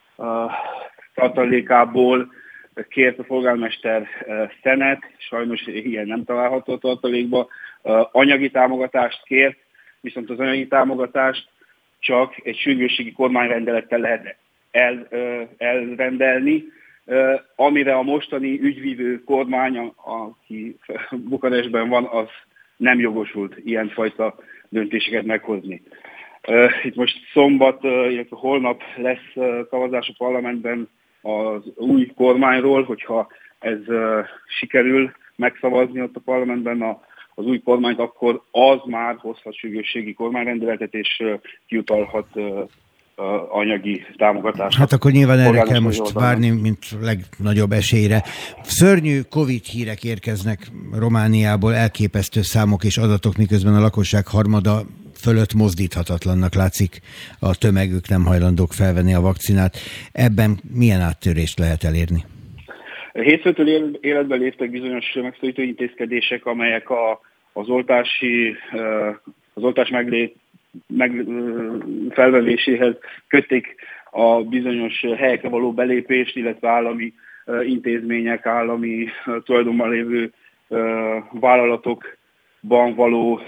tartalékából kért a polgármester szenet, sajnos ilyen nem található a tartalékba, anyagi támogatást kért, viszont az anyagi támogatást csak egy sürgősségi kormányrendelettel lehet el, elrendelni, amire a mostani ügyvívő kormány, aki Bukarestben van, az nem jogosult ilyenfajta döntéseket meghozni. Itt most szombat, illetve holnap lesz szavazás a parlamentben az új kormányról, hogyha ez uh, sikerül megszavazni ott a parlamentben a, az új kormányt, akkor az már hozhat sürgősségi kormányrendeletet, és uh, kiutalhat uh, uh, anyagi támogatást. Hát akkor nyilván erre kell most oldalán várni, mint legnagyobb esélyre. Szörnyű Covid hírek érkeznek Romániából, elképesztő számok és adatok, miközben a lakosság harmada fölött mozdíthatatlannak látszik a tömegük, nem hajlandók felvenni a vakcinát. Ebben milyen áttörést lehet elérni? Hétfőtől életbe léptek bizonyos megszorító intézkedések, amelyek a, az oltási, az oltás meglé, meg, felvevéséhez kötik a bizonyos helyekre való belépést, illetve állami intézmények, állami tulajdonban lévő vállalatokban való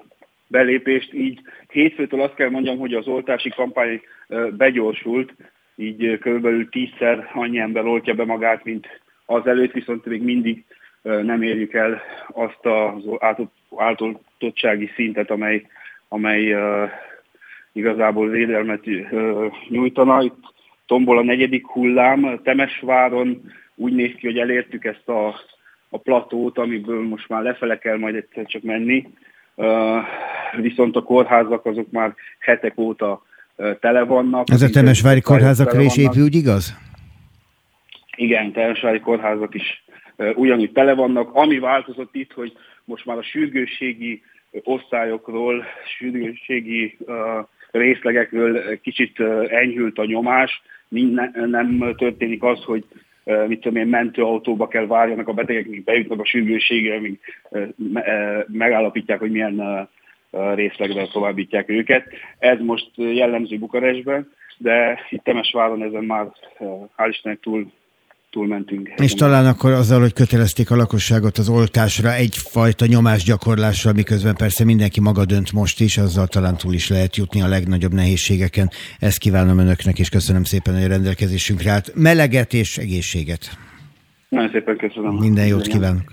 belépést, így hétfőtől azt kell mondjam, hogy az oltási kampány begyorsult, így körülbelül tízszer annyi ember oltja be magát, mint az előtt, viszont még mindig nem érjük el azt az átoltottsági szintet, amely, amely uh, igazából védelmet uh, nyújtana. Itt tombol a negyedik hullám, Temesváron úgy néz ki, hogy elértük ezt a, a platót, amiből most már lefele kell majd egyszer csak menni, uh, viszont a kórházak azok már hetek óta uh, tele vannak. Ez a temesvári kórházakra is épül, úgy igaz? Igen, temesvári kórházak is uh, ugyanúgy tele vannak. Ami változott itt, hogy most már a sürgősségi osztályokról, sürgősségi uh, részlegekről kicsit uh, enyhült a nyomás. Nem történik az, hogy uh, mit tudom én, mentőautóba kell várjanak a betegek, míg bejutnak a sürgősségre, míg uh, me- megállapítják, hogy milyen uh, részlegre továbbítják őket. Ez most jellemző Bukarestben, de itt Temesváron ezen már uh, hál' Istennek túl túlmentünk. És talán akkor azzal, hogy kötelezték a lakosságot az oltásra egyfajta nyomásgyakorlásra, miközben persze mindenki maga dönt most is, azzal talán túl is lehet jutni a legnagyobb nehézségeken. Ezt kívánom önöknek, és köszönöm szépen, hogy a rendelkezésünkre állt. Meleget és egészséget. Nagyon szépen köszönöm. Minden jót kívánok.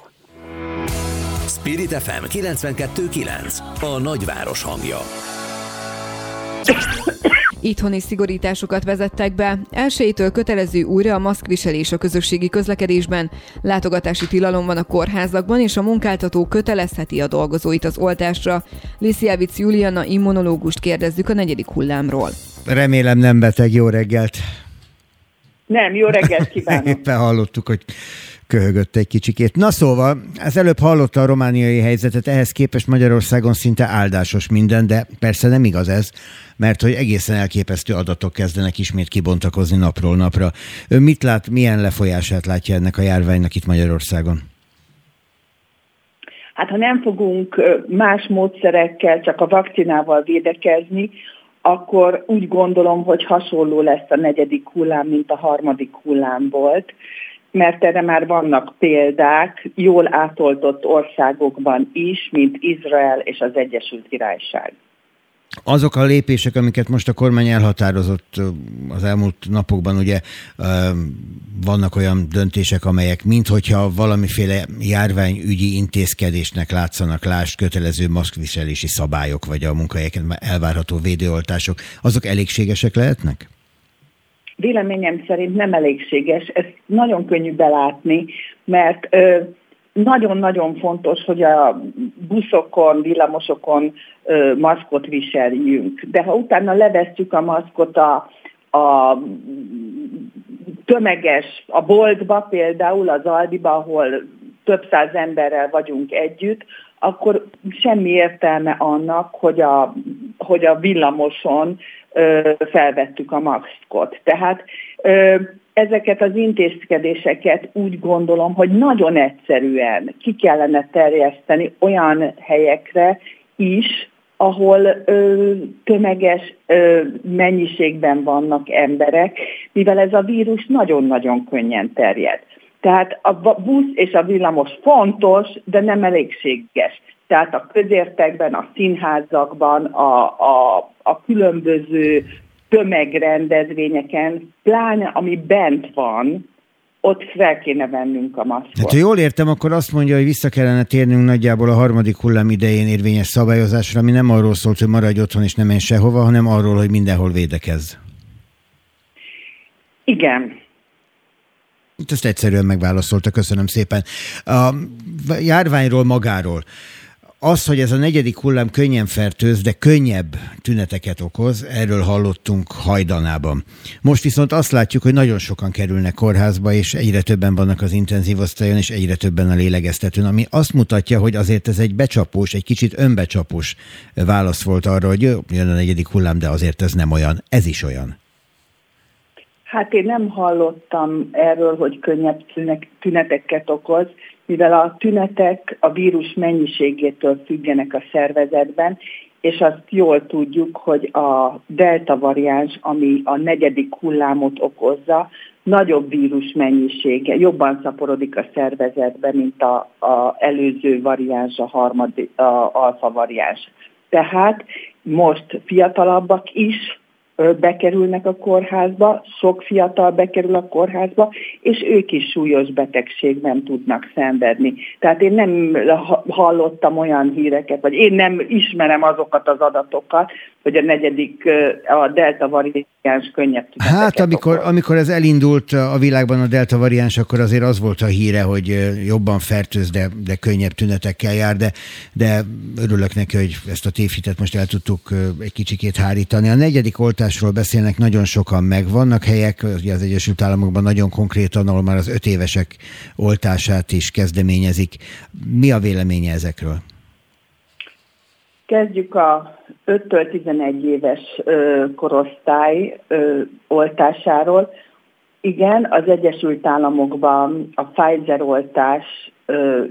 Spirit ef em kilencvenkettő kilenc, a nagyváros hangja. Itthoni szigorításokat vezettek be. Elsőjétől kötelező újra a maszkviselés a közösségi közlekedésben. Látogatási tilalom van a kórházakban, és a munkáltató kötelezheti a dolgozóit az oltásra. Lisziavic Juliana immunológust kérdezzük a negyedik hullámról. Remélem nem beteg, jó reggelt! Nem, jó reggelt kívánok! Éppen hallottuk, hogy köhögött egy kicsikét. Na szóval, az előbb hallotta a romániai helyzetet, ehhez képest Magyarországon szinte áldásos minden, de persze nem igaz ez, mert hogy egészen elképesztő adatok kezdenek ismét kibontakozni napról napra. Ön mit lát, milyen lefolyását látja ennek a járványnak itt Magyarországon? Hát ha nem fogunk más módszerekkel, csak a vakcinával védekezni, akkor úgy gondolom, hogy hasonló lesz a negyedik hullám, mint a harmadik hullám volt, mert erre már vannak példák jól átoltott országokban is, mint Izrael és az Egyesült Királyság. Azok a lépések, amiket most a kormány elhatározott az elmúlt napokban, ugye vannak olyan döntések, amelyek minthogyha valamiféle járványügyi intézkedésnek látszanak, lásd kötelező maszkviselési szabályok, vagy a munkahelyeken elvárható védőoltások, azok elégségesek lehetnek? Véleményem szerint nem elégséges, ezt nagyon könnyű belátni, mert ö, nagyon-nagyon fontos, hogy a buszokon, villamosokon ö, maszkot viseljünk. De ha utána levesszük a maszkot a, a tömeges, a boltba például, az Aldiba, ahol több száz emberrel vagyunk együtt, akkor semmi értelme annak, hogy a, hogy a villamoson ö, felvettük a maszkot. Tehát ö, ezeket az intézkedéseket úgy gondolom, hogy nagyon egyszerűen ki kellene terjeszteni olyan helyekre is, ahol ö, tömeges ö, mennyiségben vannak emberek, mivel ez a vírus nagyon-nagyon könnyen terjed. Tehát a busz és a villamos fontos, de nem elégséges. Tehát a közértekben, a színházakban, a, a, a különböző tömegrendezvényeken, pláne ami bent van, ott fel kéne vennünk a maszkot. Hát, ha jól értem, akkor azt mondja, hogy vissza kellene térnünk nagyjából a harmadik hullám idején érvényes szabályozásra, ami nem arról szólt, hogy maradj otthon és nem menj sehova, hanem arról, hogy mindenhol védekezz. Igen. Ezt egyszerűen megválaszolta, köszönöm szépen. A járványról magáról. Az, hogy ez a negyedik hullám könnyen fertőz, de könnyebb tüneteket okoz, erről hallottunk hajdanában. Most viszont azt látjuk, hogy nagyon sokan kerülnek kórházba, és egyre többen vannak az intenzív osztályon, és egyre többen a lélegeztetőn, ami azt mutatja, hogy azért ez egy becsapós, egy kicsit önbecsapós válasz volt arra, hogy jön a negyedik hullám, de azért ez nem olyan, ez is olyan. Hát én nem hallottam erről, hogy könnyebb tüneteket okoz, mivel a tünetek a vírus mennyiségétől függenek a szervezetben, és azt jól tudjuk, hogy a delta variáns, ami a negyedik hullámot okozza, nagyobb vírus mennyisége, jobban szaporodik a szervezetben, mint a, a előző variáns, a harmadik, a alfa variáns. Tehát most fiatalabbak is bekerülnek a kórházba, sok fiatal bekerül a kórházba, és ők is súlyos betegségben tudnak szenvedni. Tehát én nem hallottam olyan híreket, vagy én nem ismerem azokat az adatokat, hogy a negyedik, a delta variáns könnyebb tüneteket Hát amikor, amikor ez elindult a világban a delta variáns, akkor azért az volt a híre, hogy jobban fertőz, de, de könnyebb tünetekkel jár, de, de örülök neki, hogy ezt a tévhitet most el tudtuk egy kicsikét hárítani. A negyedik oltásról beszélnek nagyon sokan, meg vannak helyek, ugye az Egyesült Államokban nagyon konkrétan, ahol már az öt évesek oltását is kezdeményezik. Mi a véleménye ezekről? Kezdjük a öttől tizenegy éves ö, korosztály ö, oltásáról. Igen, az Egyesült Államokban a Pfizer oltás ö,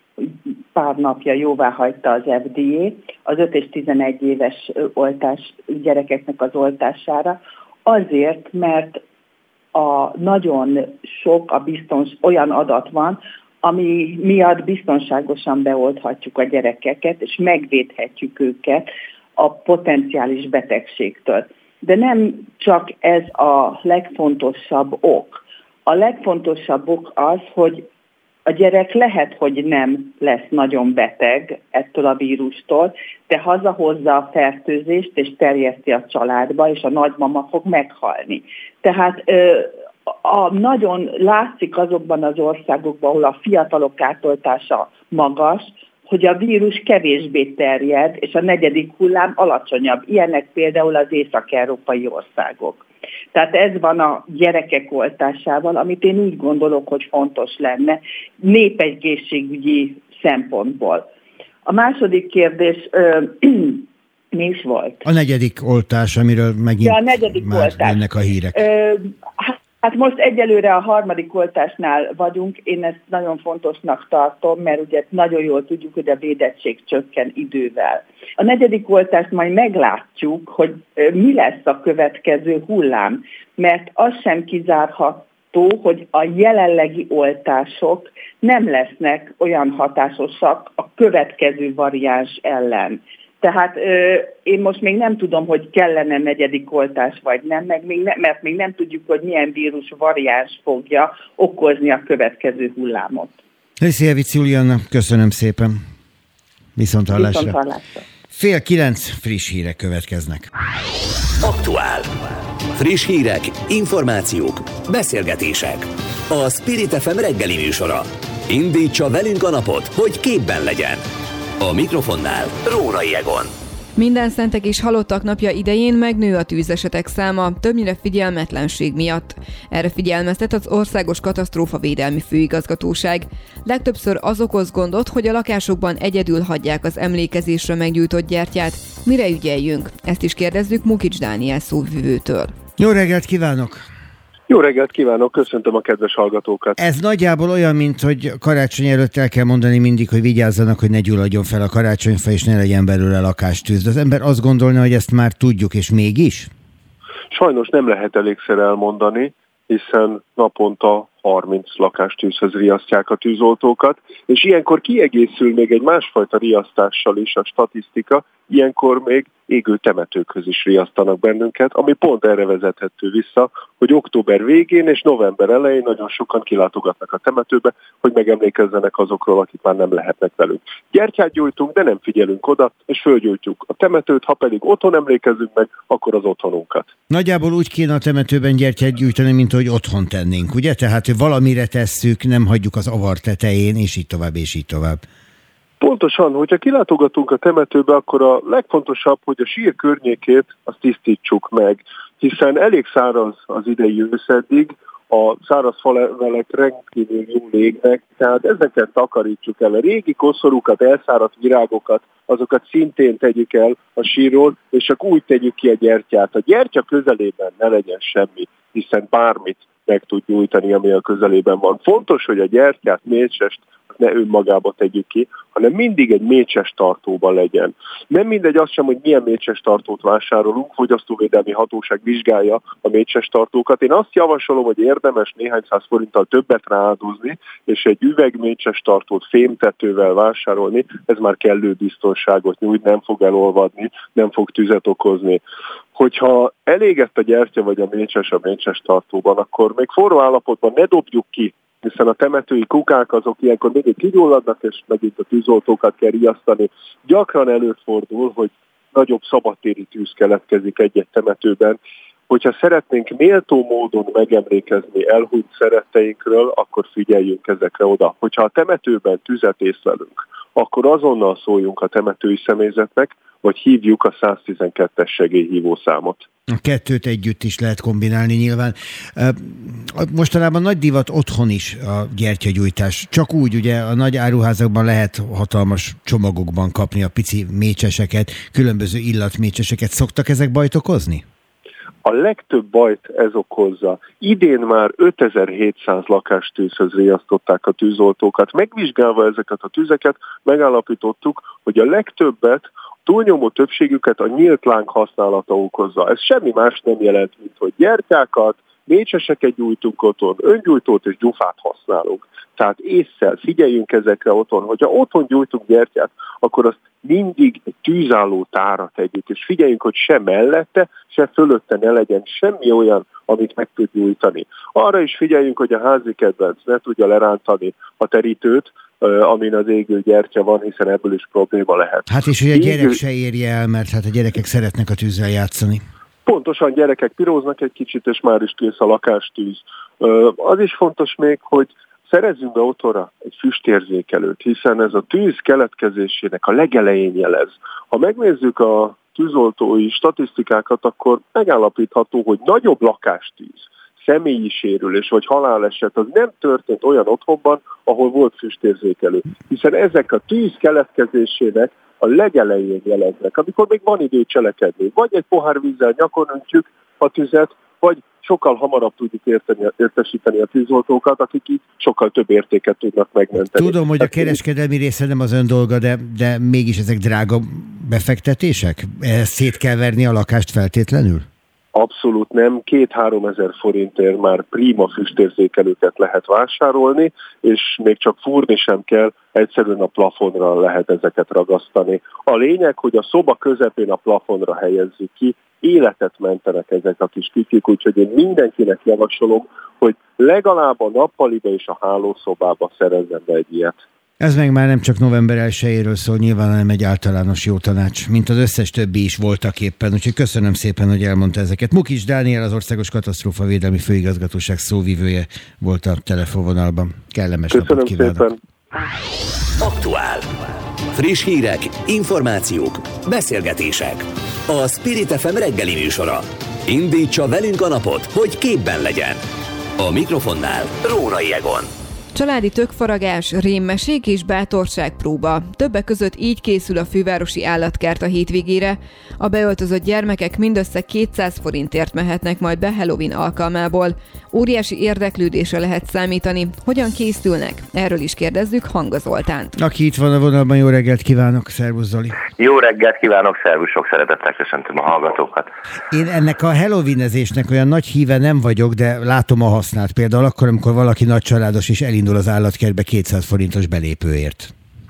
pár napja jóvá hagyta az ef dé á az öt és tizenegy éves oltás gyerekeknek az oltására, azért, mert a nagyon sok a biztons, olyan adat van, ami miatt biztonságosan beolthatjuk a gyerekeket, és megvédhetjük őket a potenciális betegségtől. De nem csak ez a legfontosabb ok. A legfontosabb ok az, hogy a gyerek lehet, hogy nem lesz nagyon beteg ettől a vírustól, de hazahozza a fertőzést, és terjeszti a családba, és a nagymama fog meghalni. Tehát a, nagyon látszik azokban az országokban, ahol a fiatalok átoltása magas, hogy a vírus kevésbé terjed, és a negyedik hullám alacsonyabb. Ilyenek például az észak-európai országok. Tehát ez van a gyerekek oltásával, amit én úgy gondolok, hogy fontos lenne népegészségügyi szempontból. A második kérdés ö, mi is volt? A negyedik oltás, amiről megint ja, a negyedik már oltás. jönnek a hírek. Ö, Hát most egyelőre a harmadik oltásnál vagyunk, én ezt nagyon fontosnak tartom, mert ugye nagyon jól tudjuk, hogy a védettség csökken idővel. A negyedik oltást majd meglátjuk, hogy mi lesz a következő hullám, mert az sem kizárható, hogy a jelenlegi oltások nem lesznek olyan hatásosak a következő variáns ellen. Tehát ö, én most még nem tudom, hogy kellene negyedik oltás vagy nem, meg még ne, mert még nem tudjuk, hogy milyen vírus variáns fogja okozni a következő hullámot. Lőszievics Julianna, köszönöm szépen. Viszont hallásra. Viszont hallásra. Fél kilenc friss hírek következnek. Aktuál. Friss hírek, információk, beszélgetések. A Spirit ef em reggeli műsora. Indítsa velünk a napot, hogy képben legyen. A mikrofonnál Rórai Egon. Minden szentek és halottak napja idején megnő a tűzesetek száma, többnyire figyelmetlenség miatt. Erre figyelmeztet az Országos Katasztrófavédelmi Főigazgatóság. Legtöbbször az okoz gondot, hogy a lakásokban egyedül hagyják az emlékezésre meggyújtott gyertyát. Mire ügyeljünk? Ezt is kérdezzük Mukics Dániel szóvivőtől. Jó reggelt kívánok! Jó reggelt kívánok, köszöntöm a kedves hallgatókat. Ez nagyjából olyan, mint hogy karácsony előtt el kell mondani mindig, hogy vigyázzanak, hogy ne gyulladjon fel a karácsonyfa, és ne legyen belőle lakástűz. De az ember azt gondolna, hogy ezt már tudjuk, és mégis? Sajnos nem lehet elégszer elmondani, hiszen naponta harminc lakástűzhöz riasztják a tűzoltókat, és ilyenkor kiegészül még egy másfajta riasztással is a statisztika, ilyenkor még égő temetőkhöz is riasztanak bennünket, ami pont erre vezethető vissza, hogy október végén és november elején nagyon sokan kilátogatnak a temetőbe, hogy megemlékezzenek azokról, akik már nem lehetnek velünk. Gyertyát gyújtunk, de nem figyelünk oda, és fölgyújtjuk a temetőt, ha pedig otthon emlékezünk meg, akkor az otthonunkat. Nagyjából úgy kéne a temetőben gyertyát gyújtani, mint hogy otthon tennénk, ugye? Tehát valamire tesszük, nem hagyjuk az avar tetején, és így tovább, és így tovább. Pontosan, hogyha kilátogatunk a temetőbe, akkor a legfontosabb, hogy a sír környékét azt tisztítsuk meg, hiszen elég száraz az idei ősz eddig, a száraz falevelek rendkívül jól égnek, tehát ezeket takarítsuk el. A régi koszorúkat, elszáradt virágokat, azokat szintén tegyük el a sírról, és csak úgy tegyük ki a gyertyát. A gyertya közelében ne legyen semmi. hiszen bármit meg tud nyújtani, ami a közelében van. Fontos, hogy a gyertyát, mécsest ne önmagába tegyük ki, hanem mindig egy mécses tartóban legyen. Nem mindegy az sem, hogy milyen mécses tartót vásárolunk, fogyasztóvédelmi hatóság vizsgálja a mécses tartókat. Én azt javasolom, hogy érdemes néhány száz forinttal többet rááldozni, és egy üveg mécses tartót fémtetővel vásárolni, ez már kellő biztonságot nyújt, nem fog elolvadni, nem fog tüzet okozni. Hogyha elégett a gyertya vagy a mécses a mécses tartóban, akkor még forró állapotban ne dobjuk ki, hiszen a temetői kukák azok ilyenkor mindig kigyulladnak, és megint a tűzoltókat kell riasztani. Gyakran előfordul, hogy nagyobb szabadtéri tűz keletkezik egy-egy temetőben. Hogyha szeretnénk méltó módon megemlékezni elhunyt szeretteinkről, akkor figyeljünk ezekre oda. Hogyha a temetőben tüzet észlelünk, akkor azonnal szóljunk a temetői személyzetnek, vagy hívjuk a száz tizenkettes segélyhívó számot. A kettőt együtt is lehet kombinálni nyilván. Mostanában nagy divat otthon is a gyertyagyújtás. Csak úgy, ugye a nagy áruházakban lehet hatalmas csomagokban kapni a pici mécseseket, különböző illatmécseseket. Szoktak ezek bajt okozni? A legtöbb bajt ez okozza. Idén már ötezer-hétszáz lakástűzhöz riasztották a tűzoltókat. Megvizsgálva ezeket a tüzeket, megállapítottuk, hogy a legtöbbet, túlnyomó többségüket a nyílt láng használata okozza. Ez semmi más nem jelent, mint hogy gyertyákat, mécseseket gyújtunk otthon, öngyújtót és gyufát használunk. Tehát ésszel figyeljünk ezekre otthon. Hogyha otthon gyújtunk gyertyát, akkor azt mindig egy tűzálló tára tegyük, és figyeljünk, hogy se mellette, se fölötte ne legyen semmi olyan, amit meg tud gyújtani. Arra is figyeljünk, hogy a házi kedvenc ne tudja lerántani a terítőt, amin az égő gyertya van, hiszen ebből is probléma lehet. Hát és hogy a gyerek Égő... se érje el, mert hát a gyerekek szeretnek a tűzzel játszani. Pontosan, gyerekek piróznak egy kicsit, és már is kész a lakástűz. Az is fontos még, hogy szerezzünk be otthonra egy füstérzékelőt, hiszen ez a tűz keletkezésének a legelején jelez. Ha megnézzük a tűzoltói statisztikákat, akkor megállapítható, hogy nagyobb lakástűz, személyi sérülés vagy haláleset az nem történt olyan otthonban, ahol volt füstérzékelő. Hiszen ezek a tűz keletkezésének a legelején jeleznek, amikor még van idő cselekedni. Vagy egy pohár vízzel nyakon öntjük a tüzet, vagy sokkal hamarabb tudjuk érteni, értesíteni a tűzoltókat, akik így sokkal több értéket tudnak megmenteni. Tudom, hogy a kereskedelmi része nem az ön dolga, de, de mégis ezek drága befektetések? Ezt szét kell verni a lakást feltétlenül? Abszolút nem. Két-három ezer forintért már prima füstérzékelőket lehet vásárolni, és még csak fúrni sem kell, egyszerűen a plafonra lehet ezeket ragasztani. A lényeg, hogy a szoba közepén a plafonra helyezzük ki, életet mentenek ezek a kis kütyük, úgyhogy én mindenkinek javasolom, hogy legalább a nappaliba és a hálószobába szerezzen be egy ilyet. Ez meg már nem csak november elsejéről szól, nyilván nem egy általános jó tanács, mint az összes többi is voltak éppen, úgyhogy köszönöm szépen, hogy elmondta ezeket. Mukics Dániel, az Országos Katasztrófavédelmi Főigazgatóság szóvivője volt a telefonvonalban. Kellemes köszönöm napot kívánok. Szépen. Aktuál. Friss hírek, információk, beszélgetések. A Spirit ef em reggeli műsora. Indítsa velünk a napot, hogy képben legyen. A mikrofonnál Rórai Egon. Családi tökfaragás, rémmesék és bátorságpróba. Többek között így készül a fővárosi állatkert a hétvégére. A beöltözött gyermekek mindössze kétszáz forintért mehetnek majd be Halloween alkalmából. Óriási érdeklődésre lehet számítani. Hogyan készülnek? Erről is kérdezzük Hanga Zoltánt. Aki itt van a vonalban, jó reggelt kívánok, szervusz Zoli. Jó reggelt kívánok, szervusz, sok szeretettel köszöntöm a hallgatókat. Én ennek a halloweenezésnek olyan nagy híve nem vagyok, de látom a hasznát. Például akkor, amikor valaki nagycsaládos is elindul az állatkertbe kétszáz forintos belépőért.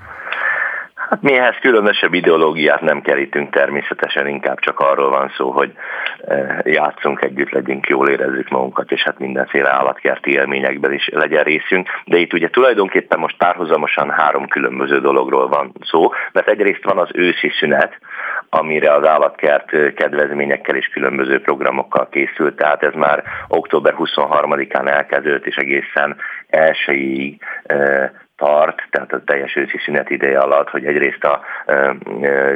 Hát mi ehhez különösebb ideológiát nem kerítünk, természetesen inkább csak arról van szó, hogy játszunk együtt, legyünk, jól érezzük magunkat, és hát mindenféle állatkerti élményekben is legyen részünk. De itt ugye tulajdonképpen most párhuzamosan három különböző dologról van szó, mert egyrészt van az őszi szünet, amire az állatkert kedvezményekkel és különböző programokkal készült, tehát ez már október huszonharmadikán elkezdődött, és egészen elsőig tart, tehát a teljes őszi szünet ideje alatt, hogy egyrészt a e, e,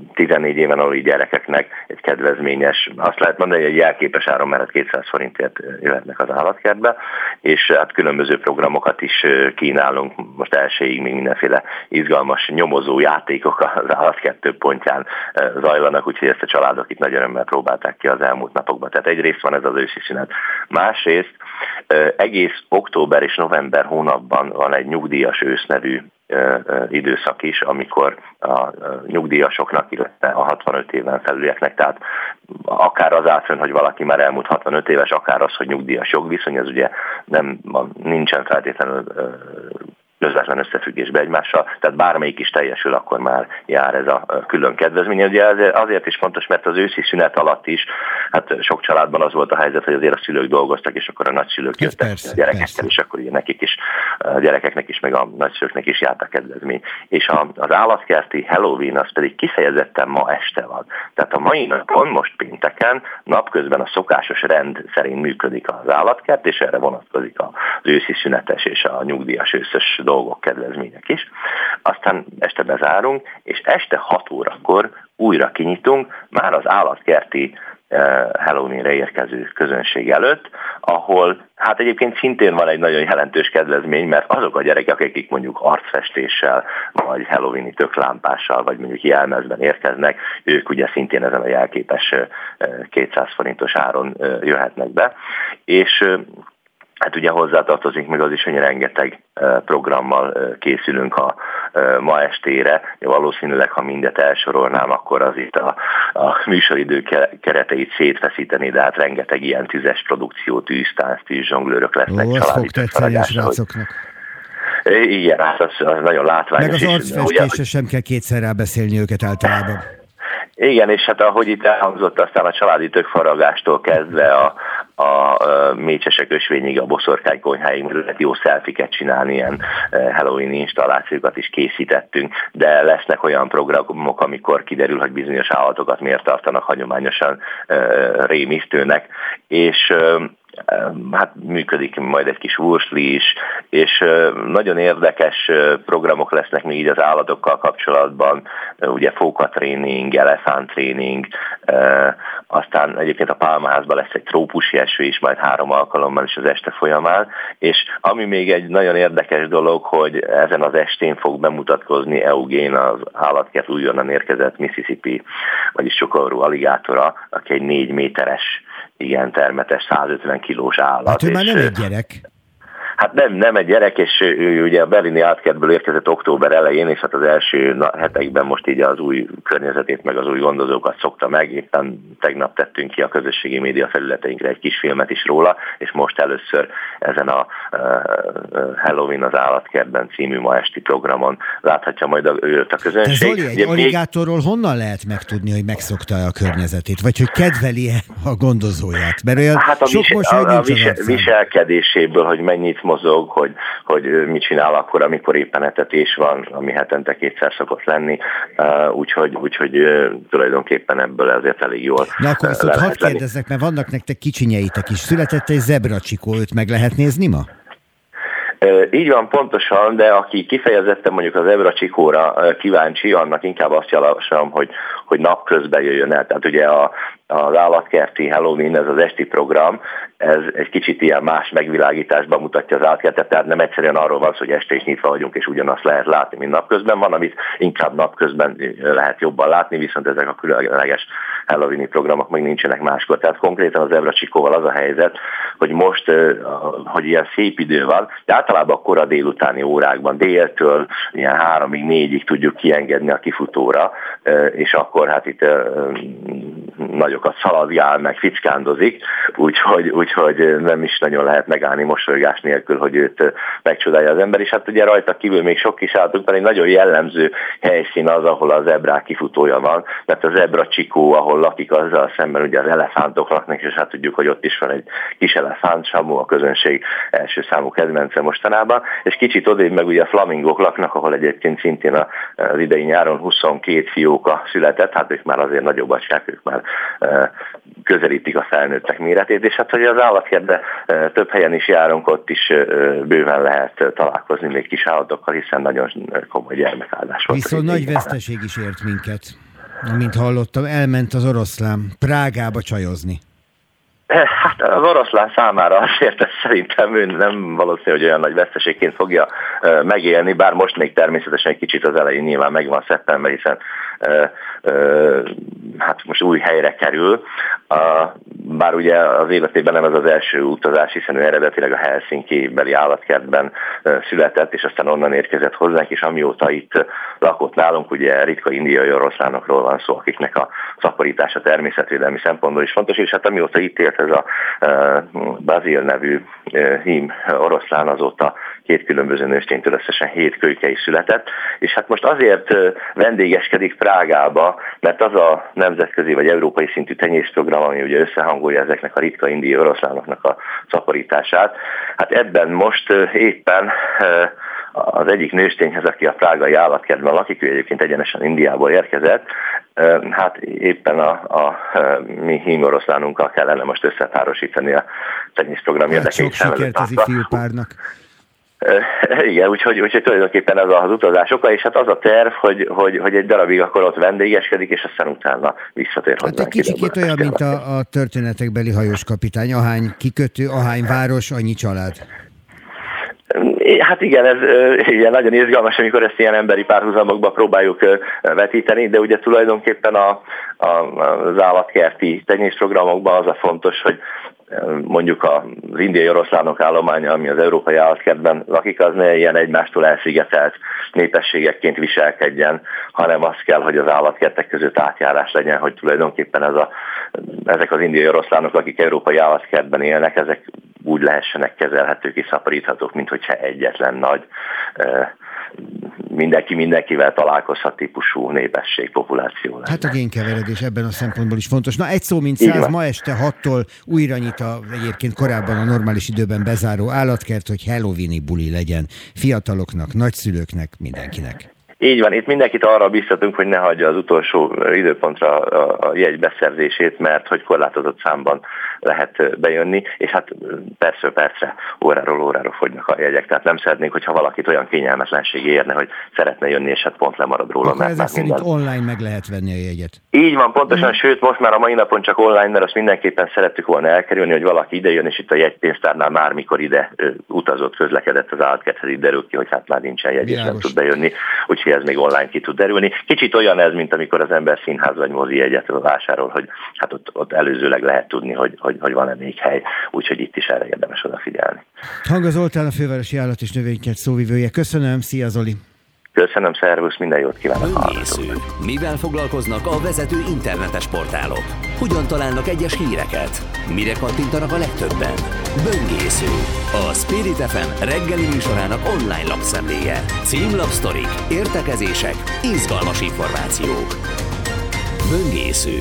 tizennégy éven aluli gyerekeknek egy kedvezményes, azt lehet mondani, hogy egy jelképes áron mellett kétszáz forintért jöhetnek az állatkertbe, és hát különböző programokat is kínálunk, most elsőig még mindenféle izgalmas nyomozó játékok az állatkert több pontján zajlanak, úgyhogy ezt a családok itt nagy örömmel próbálták ki az elmúlt napokban. Tehát egyrészt van ez az őszi szünet, másrészt egész október és november hónapban van egy nyugdíjas ősz nevű időszak is, amikor a nyugdíjasoknak, illetve a hatvanöt éven felülieknek, tehát akár az átfön, hogy valaki már elmúlt hatvanöt éves, akár az, hogy nyugdíjas jogviszony, ez ugye nem, nincsen feltétlenül közvetlen összefüggésbe egymással, tehát bármelyik is teljesül, akkor már jár ez a külön kedvezmény. Ugye azért is fontos, mert az őszi szünet alatt is, hát sok családban az volt a helyzet, hogy azért a szülők dolgoztak, és akkor a nagyszülők jöttek persze, a gyerekekkel, persze. És akkor ugye nekik is, a gyerekeknek is, meg a nagyszülőknek is járt a kedvezmény. És a, az állatkerti Halloween az pedig kifejezetten ma este van. Tehát a mai napon, most pénteken, napközben a szokásos rend szerint működik az állatkert, és erre vonatkozik az őszi szünetes és a nyugdíjas őszös dolgok, kedvezmények is. Aztán este bezárunk, és este hat órakor újra kinyitunk, már az állatkerti Halloweenre érkező közönség előtt, ahol hát egyébként szintén van egy nagyon jelentős kedvezmény, mert azok a gyerekek, akik mondjuk arcfestéssel, vagy halloweeni töklámpással, vagy mondjuk jelmezben érkeznek, ők ugye szintén ezen a jelképes kétszáz forintos áron jöhetnek be, és hát ugye hozzátartozik még az is, hogy rengeteg programmal készülünk a ma estére. Valószínűleg, ha mindet elsorolnám, akkor az itt a, a műsoridő kereteit szétfeszíteni, de hát rengeteg ilyen tüzes produkció, tűztánc, tűzzsonglőrök lesznek. Ó, az fog tetszeni a srácoknak. Igen, hát az, az nagyon látványos. Meg az arcfestésre sem kell kétszer rábeszélni őket általában. Igen, és hát ahogy itt elhangzott, aztán a családi tökfaragástól kezdve a, a, a mécsesek ösvényig, a boszorkány konyháig lehet jó szelfiket csinálni, ilyen Halloween installációkat is készítettünk, de lesznek olyan programok, amikor kiderül, hogy bizonyos állatokat miért tartanak hagyományosan rémisztőnek, és hát működik majd egy kis wursli is, és nagyon érdekes programok lesznek még így az állatokkal kapcsolatban, ugye fókatréning, elefánttréning, aztán egyébként a Pálmaházban lesz egy trópusi eső is, majd három alkalommal is az este folyamán, és ami még egy nagyon érdekes dolog, hogy ezen az estén fog bemutatkozni Eugén, az állatkert újonnan érkezett Mississippi, vagyis sokorú alligátora, aki egy négy méteres, igen termetes, százötven kilós állat. Hát ő már nem egy gyerek. Hát nem, nem egy gyerek, és ő ugye a berlini állatkertből érkezett október elején, és hát az első hetekben most így az új környezetét, meg az új gondozókat szokta meg. Éppen tegnap tettünk ki a közösségi média felületeinkre egy kis filmet is róla, és most először ezen a uh, Halloween az állatkertben című ma esti programon láthatja majd a, őt a közönség. Te Zoli, egy ugye, alligátorról még... honnan lehet megtudni, hogy megszokta a környezetét, vagy hogy kedveli-e a gondozóját? Mert olyan hát a, sok visel, mosoly a, a nincs visel, viselkedéséből, hogy mennyit mozog, hogy, hogy mit csinál akkor, amikor éppen etetés van, ami hetente kétszer szokott lenni, uh, úgyhogy, úgyhogy uh, tulajdonképpen ebből ezért elég jól Na akkor uh, viszont hadd kérdezzek, mert vannak nektek kicsinyeitek is. Született egy zebracsikó, őt meg lehet nézni ma? Uh, így van, pontosan, de aki kifejezetten mondjuk az zebracsikóra uh, kíváncsi, annak inkább azt javaslom, hogy, hogy napközben jöjjön el. Tehát ugye a az állatkerti Halloween, ez az esti program, ez egy kicsit ilyen más megvilágításban mutatja az állatkertet, tehát nem egyszerűen arról van szó, hogy este is nyitva vagyunk, és ugyanazt lehet látni, mint napközben. Van, amit inkább napközben lehet jobban látni, viszont ezek a különleges Halloweeni programok még nincsenek máskor. Tehát konkrétan az zebracsikóval az a helyzet, hogy most, hogy ilyen szép idő van, de általában a kora délutáni órákban, déltől ilyen háromig, négyig tudjuk kiengedni a kifutóra, és akkor hát itt nagyokat szaladgál, meg fickándozik, úgyhogy, úgyhogy nem is nagyon lehet megállni mosolygás nélkül, hogy őt megcsodálja az ember, és hát ugye rajta kívül még sok kis állatunk, pedig nagyon jellemző helyszín az, ahol a zebrák kifutója van, mert a zebracsikó, ahol lakik, azzal szemben ugye az elefántok laknak, és hát tudjuk, hogy ott is van egy kis elefánt, Samu, a közönség első számú kedvence mostanában, és kicsit odébb meg ugye a flamingók laknak, ahol egyébként szintén az idei nyáron huszonkét fióka született, hát ők már azért nagyobb bacskák, ők már közelítik a felnőttek méretét, és hát hogy az állatkertben több helyen is járunk, ott is bőven lehet találkozni még kis állatokkal, hiszen nagyon komoly gyermekáldás volt. Viszont nagy veszteség is ért minket. Mint hallottam, elment az oroszlán Prágába csajozni. Hát az oroszlán számára azért ez szerintem ő nem valószínű, hogy olyan nagy veszteségként fogja uh, megélni, bár most még természetesen egy kicsit az elején nyilván megvan szeptember, hiszen uh, uh, hát most új helyre kerül. Uh, bár ugye az életében nem ez az első utazás, hiszen ő eredetileg a Helsinki-beli állatkertben uh, született, és aztán onnan érkezett hozzánk, és amióta itt lakott nálunk, ugye ritka indiai oroszlánokról van szó, akiknek a szaporítása természetvédelmi szempontból is fontos, és hát amióta itt élt ez a uh, Bazil nevű uh, hím oroszlán, azóta két különböző nősténytől összesen hét kölyke is született, és hát most azért uh, vendégeskedik Prágába, mert az a nemzetközi vagy európai szintű tenyészprogram, ami ugye összehangolja ezeknek a ritka indiai oroszlánoknak a szaporítását. Hát ebben most uh, éppen uh, az egyik nőstényhez, aki a prágai állatkertben lakik, ő egyébként egyenesen Indiából érkezett, hát éppen a, a mi hímoroszlánunkkal kellene most összepárosítani a tenyészprogram érdekeit. Sok sikert az ifjú párnak. Igen, úgyhogy, úgyhogy tulajdonképpen ez az utazás oka, és hát az a terv, hogy, hogy, hogy egy darabig akkor ott vendégeskedik, és aztán utána visszatér hozzánk. Hát egy kicsikét olyan, mint a, a történetekbeli hajós kapitány, ahány kikötő, ahány város, annyi család. Hát igen, ez igen, nagyon izgalmas, amikor ezt ilyen emberi párhuzamokba próbáljuk vetíteni, de ugye tulajdonképpen a, a, az állatkerti tenyészprogramokban az a fontos, hogy mondjuk az indiai oroszlánok állománya, ami az európai állatkertben lakik, az ne ilyen egymástól elszigetelt népességekként viselkedjen, hanem az kell, hogy az állatkertek között átjárás legyen, hogy tulajdonképpen ez a, ezek az indiai oroszlánok, akik európai állatkertben élnek, ezek úgy lehessenek kezelhetők és szaporíthatók, mint hogyha egyetlen nagy mindenki mindenkivel találkozhat típusú népesség, populáció lenne. Hát a génkeveredés ebben a szempontból is fontos. Na egy szó mint száz, ma este hattól újra nyit a egyébként korábban a normális időben bezáró állatkert, hogy halloweeni buli legyen fiataloknak, nagyszülőknek, mindenkinek. Így van, itt mindenkit arra biztatunk, hogy ne hagyja az utolsó időpontra a jegy beszerzését, mert hogy korlátozott számban lehet bejönni, és hát percről percre, óráról órára fogynak a jegyek, tehát nem szeretnénk, hogyha valakit olyan kényelmetlenség érne, hogy szeretne jönni, és hát pont lemarad róla. Akkor mert ezek szerint minden... online meg lehet venni a jegyet. Így van, pontosan, mm. sőt, most már a mai napon csak online, mert azt mindenképpen szerettük volna elkerülni, hogy valaki ide jön, és itt a jegypénztárnál már mikor ide ö, utazott, közlekedett az állatkerthez, itt derül ki, hogy hát már nincsen jegy, és nem tud bejönni, úgyhogy ez még online ki tud derülni. Kicsit olyan ez, mint amikor az ember színház vagy mozi jegyet vásárol, hogy hát ott, ott előzőleg lehet tudni, hogy, hogy, hogy van-e még hely, úgyhogy itt is erre érdemes odafigyelni. Hanga Zoltán, a Fővárosi Állat- és Növénykert szóvivője. Köszönöm, szia Zoli! Köszönöm, szervusz, minden jót kívánok! Böngésző. Mivel foglalkoznak a vezető internetes portálok? Hogyan találnak egyes híreket? Mire kattintanak a legtöbben? Böngésző. A Spirit ef em reggeli műsorának online lapszemléje. Címlapsztorik, értekezések, izgalmas információk. Böngésző.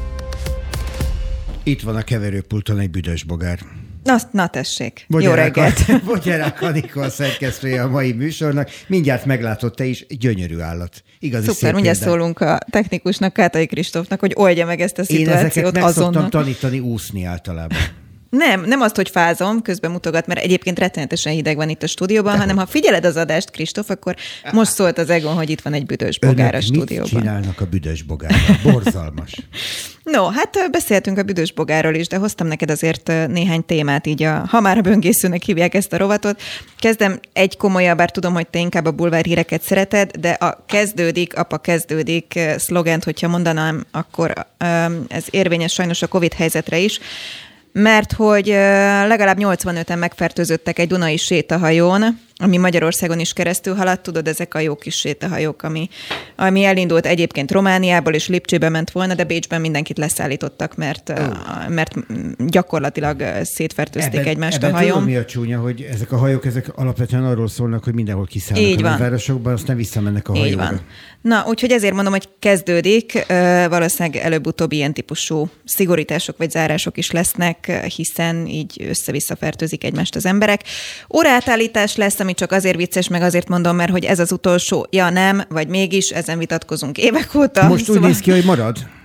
Itt van a keverőpulton egy büdös bogár. Na, na tessék, Bogyarák, jó reggelt! Bogyarák Anikó a szerkesztője a mai műsornak. Mindjárt meglátod te is, gyönyörű állat. Igazi Szuper, mindjárt szólunk a technikusnak, Kátai Kristófnak, hogy oldja meg ezt a szituációt azonnal. Én ezeket meg szoktam tanítani úszni általában. Nem, nem azt, hogy fázom, közben mutogat, mert egyébként rettenetesen hideg van itt a stúdióban, hanem ha figyeled az adást, Kristóf, akkor most szólt az Egon, hogy itt van egy büdös bogár a stúdióban. Mit csinálnak a büdös bogárral? Borzalmas. No, hát beszéltünk a büdös bogárról is, de hoztam neked azért néhány témát, így a, ha már a böngészőnek hívják ezt a rovatot. Kezdem egy komolyabb, bár tudom, hogy te inkább a bulvárhíreket szereted, de a kezdődik, apa kezdődik szlogent, hogyha mondanám, akkor ez érvényes sajnos a Covid helyzetre is, mert hogy legalább nyolcvanöten megfertőzöttek egy dunai sétahajón, ami Magyarországon is keresztül haladt, tudod, ezek a jó kis sétahajók, ami, ami elindult egyébként Romániából, és Lipcsébe ment volna, de Bécsben mindenkit leszállítottak, mert, oh. mert gyakorlatilag szétfertőzték ebben, egymást ebben a hajón. Tudom, mi a csúnya, hogy ezek a hajók ezek alapvetően arról szólnak, hogy mindenhol kiszállnak így a városokban, aztán visszamennek a hajóra. Van. Na, úgyhogy ezért mondom, hogy kezdődik, valószínűleg előbb-utóbb ilyen típusú szigorítások vagy zárások is lesznek, hiszen így össze-vissza fertőzik egymást az emberek. Óraátállítás lesz, ami csak azért vicces, meg azért mondom, mert hogy ez az utolsó, ja nem, vagy mégis, ezen vitatkozunk évek óta. Most szóval... úgy néz ki, hogy marad?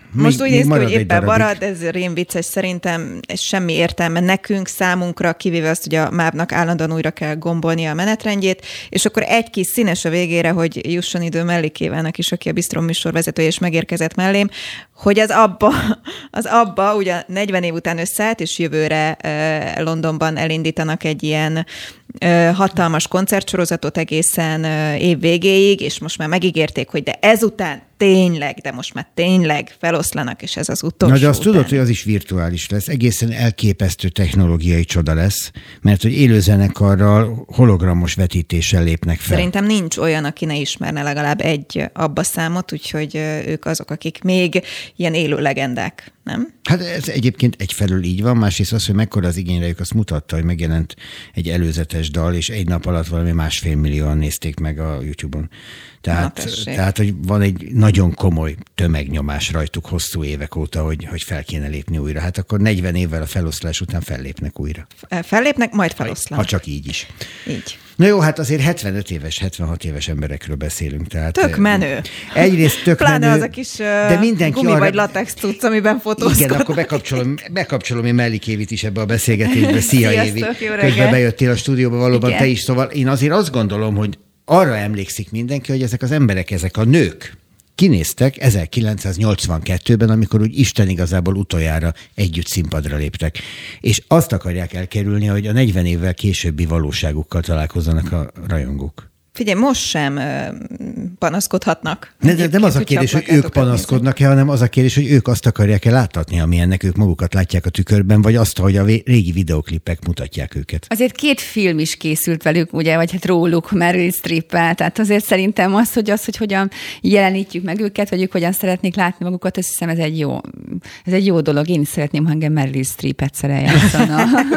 Most még, úgy néz ki, hogy éppen darabig. marad, ez rém vicces, szerintem ez semmi értelme nekünk, számunkra, kivéve azt, hogy a mábnak állandóan újra kell gombolnia a menetrendjét, és akkor egy kis színes a végére, hogy jusson idő Mellikévának is, aki a Bistro műsorvezető és megérkezett mellém, hogy az abba, az abba ugye negyven év után összeállt, és jövőre uh, Londonban elindítanak egy ilyen uh, hatalmas koncertsorozatot egészen uh, év végéig, és most már megígérték, hogy de ezután tényleg, de most már tényleg feloszlanak, és ez az utolsó. Na, de azt után. tudod, hogy az is virtuális lesz. Egészen elképesztő technológiai csoda lesz, mert hogy élőzenekarral hologramos vetítéssel lépnek fel. Szerintem nincs olyan, aki ne ismerne legalább egy abba számot, úgyhogy ők azok, akik még ilyen élő legendák, nem? Hát ez egyébként egyfelől így van, másrészt az, hogy mekkora az igényrejük, azt mutatta, hogy megjelent egy előzetes dal, és egy nap alatt valami másfél millióan nézték meg a YouTube-on. Tehát, tehát, hogy van egy nagyon komoly tömegnyomás rajtuk hosszú évek óta, hogy, hogy fel kéne lépni újra. Hát akkor negyven évvel a feloszlás után fellépnek újra. Fellépnek, majd feloszlanak. Ha csak így is. Így. Na jó, hát azért hetvenöt éves, hetvenhat éves emberekről beszélünk. Tehát tök menő. Egyrészt tök Pláne menő. Az a kis de mindenki gumi arra... vagy latex cucc, amiben fotózkodnak. Igen, akkor bekapcsolom, bekapcsolom én Mellikévit is ebbe a beszélgetésbe. Szia, Évi. Közben bejöttél a stúdióba, valóban igen. Te is. Szóval én azért azt gondolom, hogy arra emlékszik mindenki, hogy ezek az emberek, ezek a nők kinéztek ezerkilencszáznyolcvankettőben, amikor úgy Isten igazából utoljára együtt színpadra léptek. És azt akarják elkerülni, hogy a negyven évvel későbbi valóságukkal találkozzanak a rajongók. Figyelj, most sem panaszkodhatnak. Ne, de nem az a kérdés, hogy ők panaszkodnak-e, hanem az a kérdés, hogy ők azt akarják-e láttatni, amilyennek ők magukat látják a tükörben, vagy azt, hogy a régi videoklipek mutatják őket. Azért két film is készült velük, ugye, vagy hát róluk, Meryl Streep-el, tehát azért szerintem az, hogy az, hogy hogyan jelenítjük meg őket, vagy ők hogyan szeretnék látni magukat, azt hiszem ez egy jó, ez egy jó dolog. Én is szeretném, ha engem Meryl Streep egyszer eljátszana.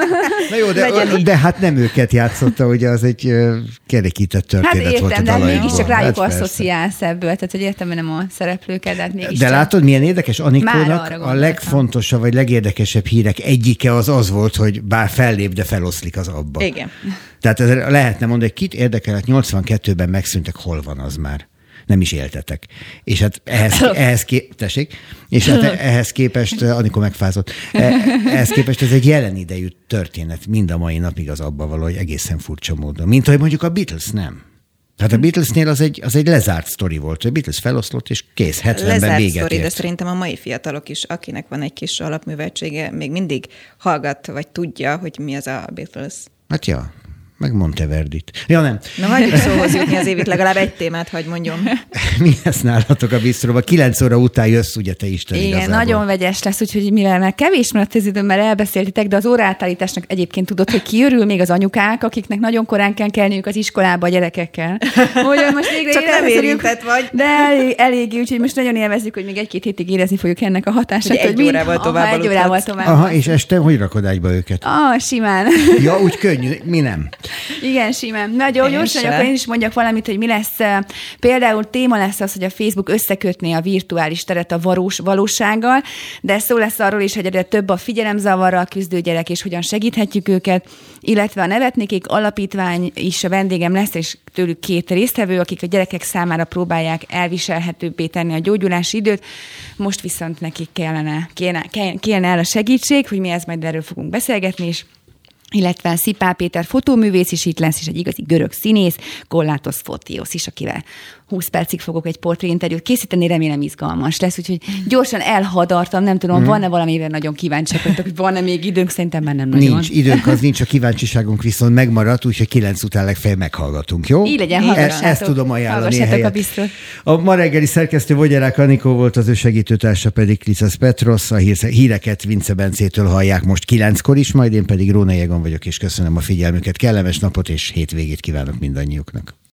Na jó, de, de hát nem őket játszotta, ugye az egy uh, kerekített történet. Hát értem, volt a de mégiscsak rájuk hát asszociálsz ebből, tehát hogy értem, nem a szereplőket, de hát mégis. De látod, milyen érdekes? Anikónak a legfontosabb, vagy legérdekesebb hírek egyike az az volt, hogy bár fellép, de feloszlik az abba. Igen. Tehát ez lehetne mondani, hogy kit érdekel, hát nyolcvankettőben megszűntek, hol van az már? Nem is éltetek. És hát ehhez, ehhez, kép, tessék, és hát ehhez képest, Anikó megfázott, ehhez képest ez egy jelen idejű történet, mind a mai napig az abba való, hogy egészen furcsa módon. Mint hogy mondjuk a Beatles nem. Tehát a Beatlesnél az egy, az egy lezárt sztori volt. A Beatles feloszlott, és kész, hetvenben lezárt véget sztori, ért. De szerintem a mai fiatalok is, akinek van egy kis alapműveltsége, még mindig hallgat, vagy tudja, hogy mi az a Beatles. Hát ja, meg Monteverdit. Ja, nem. Na, hagyjuk szóhoz jutni az Évit, legalább egy témát, hagy mondjam. Mi lesz nálatok a bistróba? Kilenc óra után jössz, ugye te Isten igen, igazából. Nagyon vegyes lesz, úgyhogy mivel már kevés maradt az időm, mert elbeszéltitek, de az óraátállításnak egyébként tudod, hogy ki örül még az anyukák, akiknek nagyon korán kell kelniük az iskolába a gyerekekkel. Hogy most végre csak nem érintett vagy. De elég, eléggé, úgyhogy most nagyon élvezzük, hogy még egy-két hétig érezni fogjuk ennek a hatását. Egy hogy órával mind, tovább aha, egy órával tovább. Aha, és este hogy rakod ágyba őket? Ah, simán. Ja, úgy könnyű, mi nem? Igen, simán. Nagyon gyorsan, akkor én is mondjak valamit, hogy mi lesz. Például téma lesz az, hogy a Facebook összekötné a virtuális teret a valós, valósággal, de szó lesz arról is, hogy egyre több a figyelemzavarral küzdő gyerek, és hogyan segíthetjük őket, illetve a Nevetnikék alapítvány is a vendégem lesz, és tőlük két résztvevő, akik a gyerekek számára próbálják elviselhetőbbé tenni a gyógyulási időt. Most viszont nekik kellene, kellene, kellene el a segítség, hogy mi ez majd erről fogunk beszélgetni, és illetve Szipál Péter fotóművész is itt lesz, és egy igazi görög színész, Kollátos Fotios is, akivel húsz percig fogok egy portréinterjút készíteni, remélem izgalmas lesz, úgyhogy gyorsan elhadartam, nem tudom, mm. van-e valamivel nagyon kíváncsiak, hogy van-e még időnk, szerintem már nem nagyon. Nincs, időnk az nincs, a kíváncsiságunk viszont megmaradt, úgyhogy kilenc után legfeljebb meghallgatunk, jó? Így legyen, hallgassátok. E- ezt tudom ajánlani a Bistrót. A ma reggeli szerkesztő Vogyarák Anikó volt, az ő segítőtársa pedig Krisztus Petros, a híreket Vince Bencétől hallják most kilenckor is, majd én pedig Róna Egon vagyok, és köszönöm a figyelmüket, kellemes napot és hétvégét kívánok mindannyiuknak.